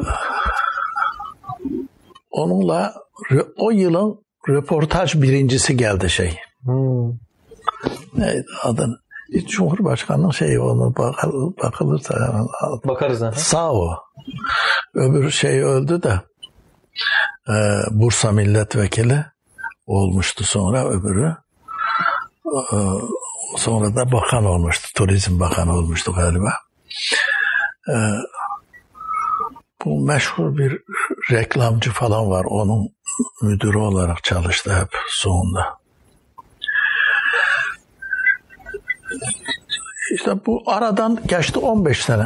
onunla o yılın röportaj birincisi geldi şey. Hmm. Neydi adın? Cumhurbaşkanı'nın şeyi, onu bakıl, bakılırsa yani, bakarız ha. Sağ o. Öbür şey öldü de e, Bursa milletvekili olmuştu sonra öbürü. E, sonra da bakan olmuştu. Turizm bakanı olmuştu galiba. E, bu meşhur bir reklamcı falan var. Onun müdürü olarak çalıştı hep sonunda. İşte bu aradan geçti on beş sene.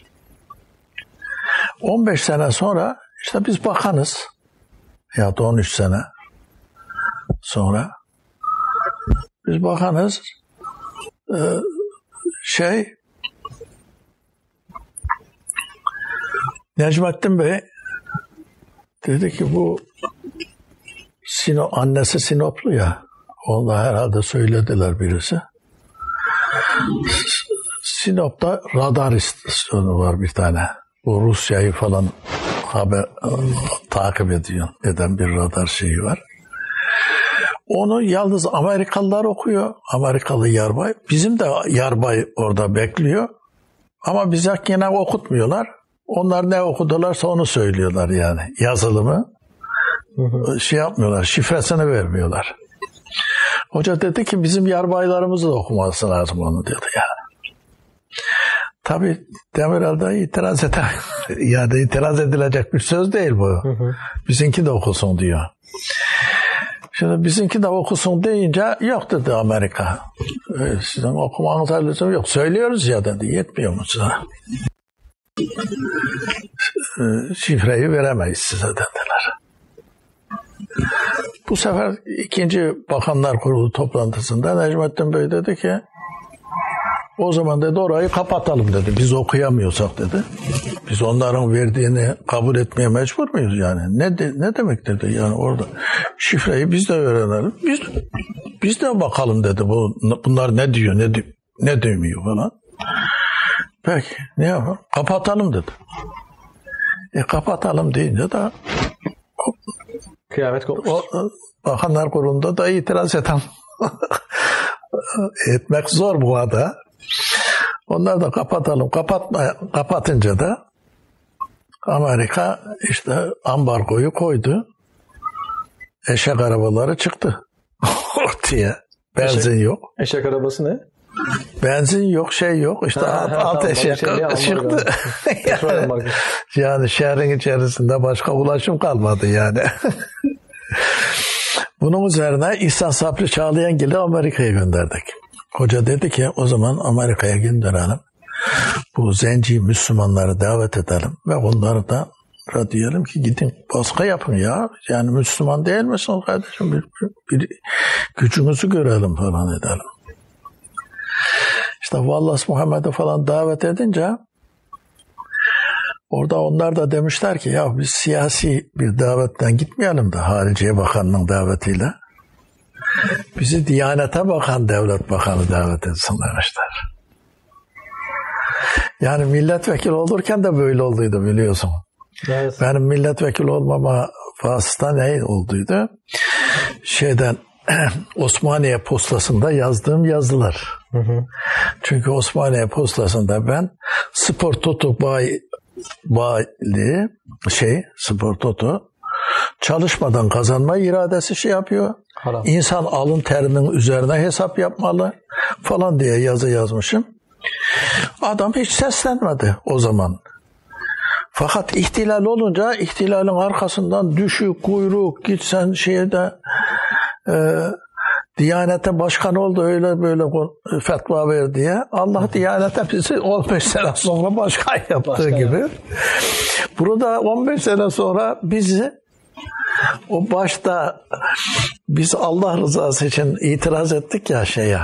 on beş sene sonra işte biz bakanız. Ya da on üç sene sonra biz bakanız. Ee, şey Necmettin Bey dedi ki bu Sino, annesi Sinoplu ya, onu da herhalde söylediler birisi. Sinop'ta radar istasyonu var bir tane. Bu Rusya'yı falan haber takip ediyor, eden bir radar şeyi var. Onu yalnız Amerikalılar okuyor. Amerikalı yarbay. Bizim de yarbay orada bekliyor. Ama bize yine okutmuyorlar. Onlar ne okudularsa onu söylüyorlar yani. Yazılımı. Hı hı. Şey yapmıyorlar. Şifresini vermiyorlar. Hoca dedi ki bizim yarbaylarımızı da okuması lazım onu dedi yani. Tabii Demirel'de itiraz eder. Yani itiraz edilecek bir söz değil bu. Hı hı. Bizimki de okusun diyor. Şimdi bizimki de okusun deyince yok dedi Amerika. Sizin okumanıza lüzum yok. Söylüyoruz ya dedi. Yetmiyor mu size? Şifreyi veremeyiz size dediler. Bu sefer ikinci Bakanlar Kurulu toplantısında Necmettin Bey dedi ki o zaman dedi orayı kapatalım dedi. Biz okuyamıyorsak dedi. Biz onların verdiğini kabul etmeye mecbur muyuz yani? Ne de, ne demek dedi yani orada şifreyi biz de öğrenelim. Biz biz de bakalım dedi. Bu bunlar ne diyor, ne ne demiyor falan. Peki ne yapalım? Kapatalım dedi. E kapatalım deyince de kıyamet kopmuş. Bakanlar Kurulu'nda da itiraz eden etmek zor bu arada. Onlar da kapatalım. Kapatma, kapatınca da Amerika işte ambargoyu koydu. Eşek arabaları çıktı ortaya. Benzin eşek, yok. Eşek arabası ne? Benzin yok, şey yok. İşte ha, alt, ha, alt eşek şey çıktı. yani, yani şehrin içerisinde başka ulaşım kalmadı yani. Bunun üzerine İhsan Sabri Çağlayangil'i Amerika'ya gönderdik. Hoca dedi ki o zaman Amerika'ya gönderelim. Bu zenci Müslümanları davet edelim ve onları da diyelim ki gidin baskı yapın ya. Yani Müslüman değil misin kardeşim? Bir, bir, bir gücünüzü görelim falan edelim. İşte Wallace Muhammed'i falan davet edince orada onlar da demişler ki ya biz siyasi bir davetten gitmeyelim de Hariciye Bakanı'nın davetiyle. Bizi Diyanete Bakan Devlet Bakanı davet etsin demişler. Yani milletvekili olurken de böyle olduydu biliyorsun. Evet. Benim milletvekili olmama vasıta ne olduydu? Şeyden Osmaniye Postası'nda yazdığım yazılar. Hı hı. Çünkü Osmaniye Postası'nda ben Spor Toto bayi, bayi şey Spor Toto çalışmadan kazanma iradesi şey yapıyor. Haram. İnsan alın terinin üzerine hesap yapmalı falan diye yazı yazmışım. Adam hiç seslenmedi o zaman. Fakat ihtilal olunca ihtilalin arkasından düşük, kuyruk, gitsen şeyde e, Diyanete başkan oldu öyle böyle fetva ver diye. Allah Diyanete bizi on beş sene sonra başkan yaptığı başkan gibi. Burada on beş sene sonra bizi O başta biz Allah rızası için itiraz ettik ya şeye.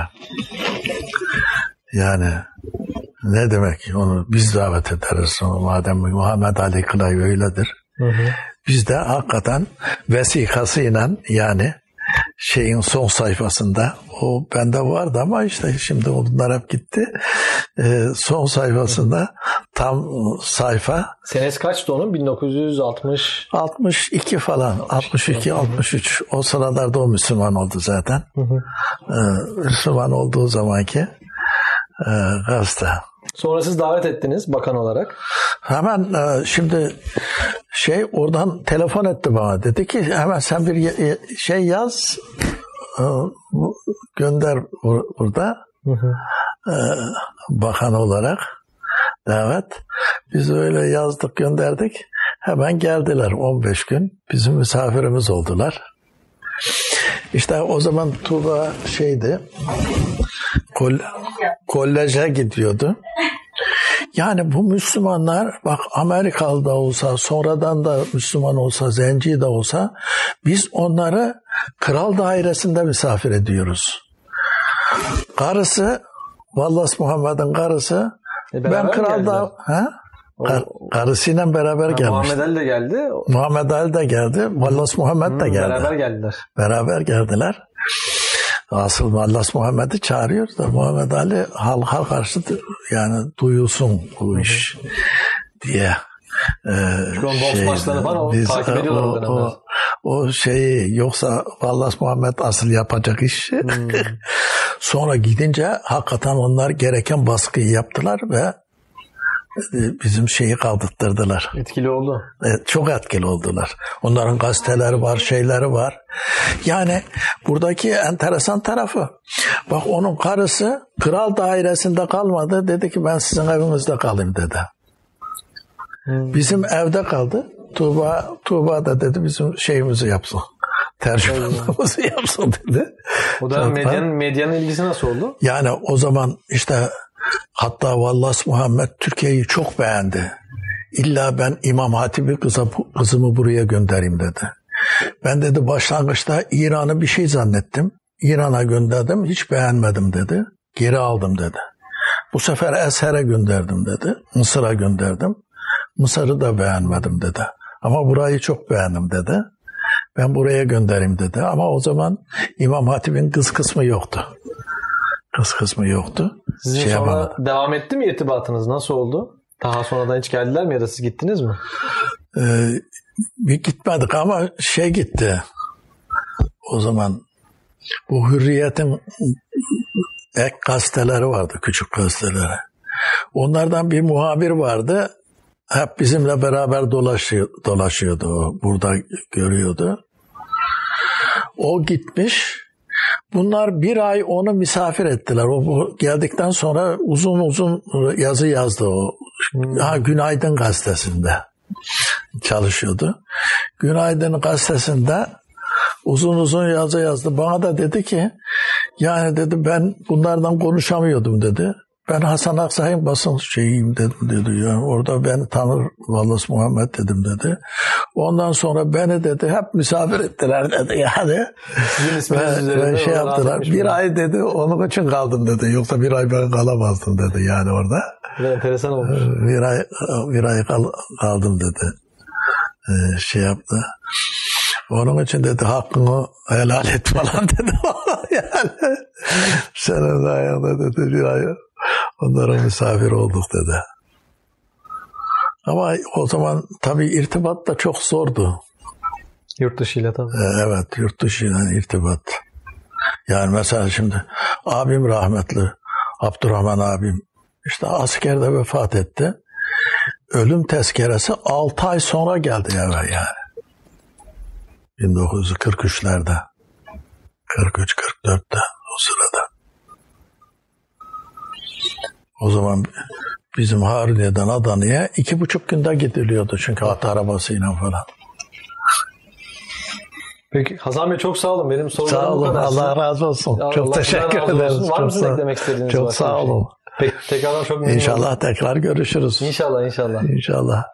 Yani ne demek onu biz davet ederiz. Madem Muhammed Ali Kılay öyledir. Hı hı. Biz de hakikaten vesikasıyla yani şeyin son sayfasında o bende vardı ama işte şimdi onlar hep gitti. Ee, son sayfasında tam sayfa. Senesi kaçtı onun? bin dokuz yüz altmış altmış iki falan. altmış iki altmış üç. O sıralarda o Müslüman oldu zaten. Hı hı. Ee, Müslüman olduğu zamanki e, gazete. Sonra siz davet ettiniz bakan olarak. Hemen e, şimdi şey oradan telefon etti bana. Dedi ki hemen sen bir şey yaz e, gönder burada hı hı. E, bakan olarak davet. Biz öyle yazdık gönderdik. Hemen geldiler on beş gün. Bizim misafirimiz oldular. İşte o zaman Tuğba şeydi kol, koleje gidiyordu. Yani bu Müslümanlar bak Amerikalı da olsa sonradan da Müslüman olsa zenci de olsa biz onları kral dairesinde misafir ediyoruz. Karısı Vallas Muhammed'in karısı e ben kralda ha? Kar, karısıyla beraber gelmiş. Muhammed Ali de geldi. Muhammed Ali de geldi. Vallas Muhammed de geldi. Beraber geldiler. Beraber geldiler. Asıl Vallas Muhammed'i çağırıyor da Muhammed Ali halka karşı yani duyulsun bu iş diye. Ee, Şu an boks maçlarını falan o, biz, takip ediyorlar o, o, o, o şeyi yoksa Vallas Muhammed asıl yapacak iş. Hmm. Sonra gidince hakikaten onlar gereken baskıyı yaptılar ve bizim şeyi kaldırttırdılar. Etkili oldu. Evet, çok etkili oldular. Onların gazeteleri var, şeyleri var. Yani buradaki enteresan tarafı, bak onun karısı kral dairesinde kalmadı. Dedi ki ben sizin evinizde kalayım dedi. Hmm. Bizim evde kaldı. Tuğba, Tuğba da dedi bizim şeyimizi yapsın. Tercümanımızı yapsın dedi. O da medyanın, medyanın ilgisi nasıl oldu? Yani o zaman işte hatta Vallas Muhammed Türkiye'yi çok beğendi. İlla ben İmam Hatip'i kıza, kızımı buraya göndereyim dedi. Ben dedi başlangıçta İran'ı bir şey zannettim. İran'a gönderdim, hiç beğenmedim dedi. Geri aldım dedi. Bu sefer Esher'e gönderdim dedi. Mısır'a gönderdim. Mısır'ı da beğenmedim dedi. Ama burayı çok beğendim dedi. Ben buraya göndereyim dedi. Ama o zaman İmam Hatip'in kız kısmı yoktu. Kız kısmı yoktu. Sizin şey sonra yapamadım. Devam etti mi irtibatınız? Nasıl oldu? Daha sonradan hiç geldiler mi ya da siz gittiniz mi? Ee, bir gitmedik ama şey gitti. O zaman bu Hürriyet'in ek gazeteleri vardı. Küçük gazeteleri. Onlardan bir muhabir vardı. Hep bizimle beraber dolaşıyor, dolaşıyordu o. Burada görüyordu. O gitmiş. Bunlar bir ay onu misafir ettiler. O geldikten sonra uzun uzun yazı yazdı o. Ha, Günaydın gazetesinde çalışıyordu. Günaydın gazetesinde uzun uzun yazı yazdı. Bana da dedi ki yani dedi ben bunlardan konuşamıyordum dedi. Ben Hasan Aksay'ın basın şeyiyim dedim dedi. Yani orada beni tanır Vallas Muhammed dedim dedi. Ondan sonra beni dedi hep misafir ettiler dedi yani. Ve, ve şey yaptılar. Bir ay dedi onun için kaldım dedi. Yoksa bir ay ben kalamazdım dedi yani orada. Bir enteresan olmuş. Bir ay, bir ay kal, kaldım dedi. Ee, şey yaptı. Onun için dedi hakkını helal et falan dedi. Yani senin ayağında dedi bir ay onlara misafir olduk dedi. Ama o zaman tabii irtibat da çok zordu. Yurt dışıyla tabii. Evet, yurt dışıyla irtibat. Yani mesela şimdi abim rahmetli, Abdurrahman abim işte askerde vefat etti. Ölüm tezkeresi altı ay sonra geldi eve yani. bin dokuz yüz kırk üçlerde. kırk üç kırk dörtte o sırada. O zaman bizim Haruniye'den Adana'ya iki buçuk günde gidiliyordu çünkü at arabasıyla falan. Peki Hasan Bey çok sağ olun. Benim sorularım sağ olun. bu kadar. Allah razı olsun. Allah çok Allah teşekkür ederiz. Var mı sizin eklemek istediğiniz? Çok sağ olun. Peki tekrardan çok memnun İnşallah tekrar görüşürüz. İnşallah inşallah. İnşallah.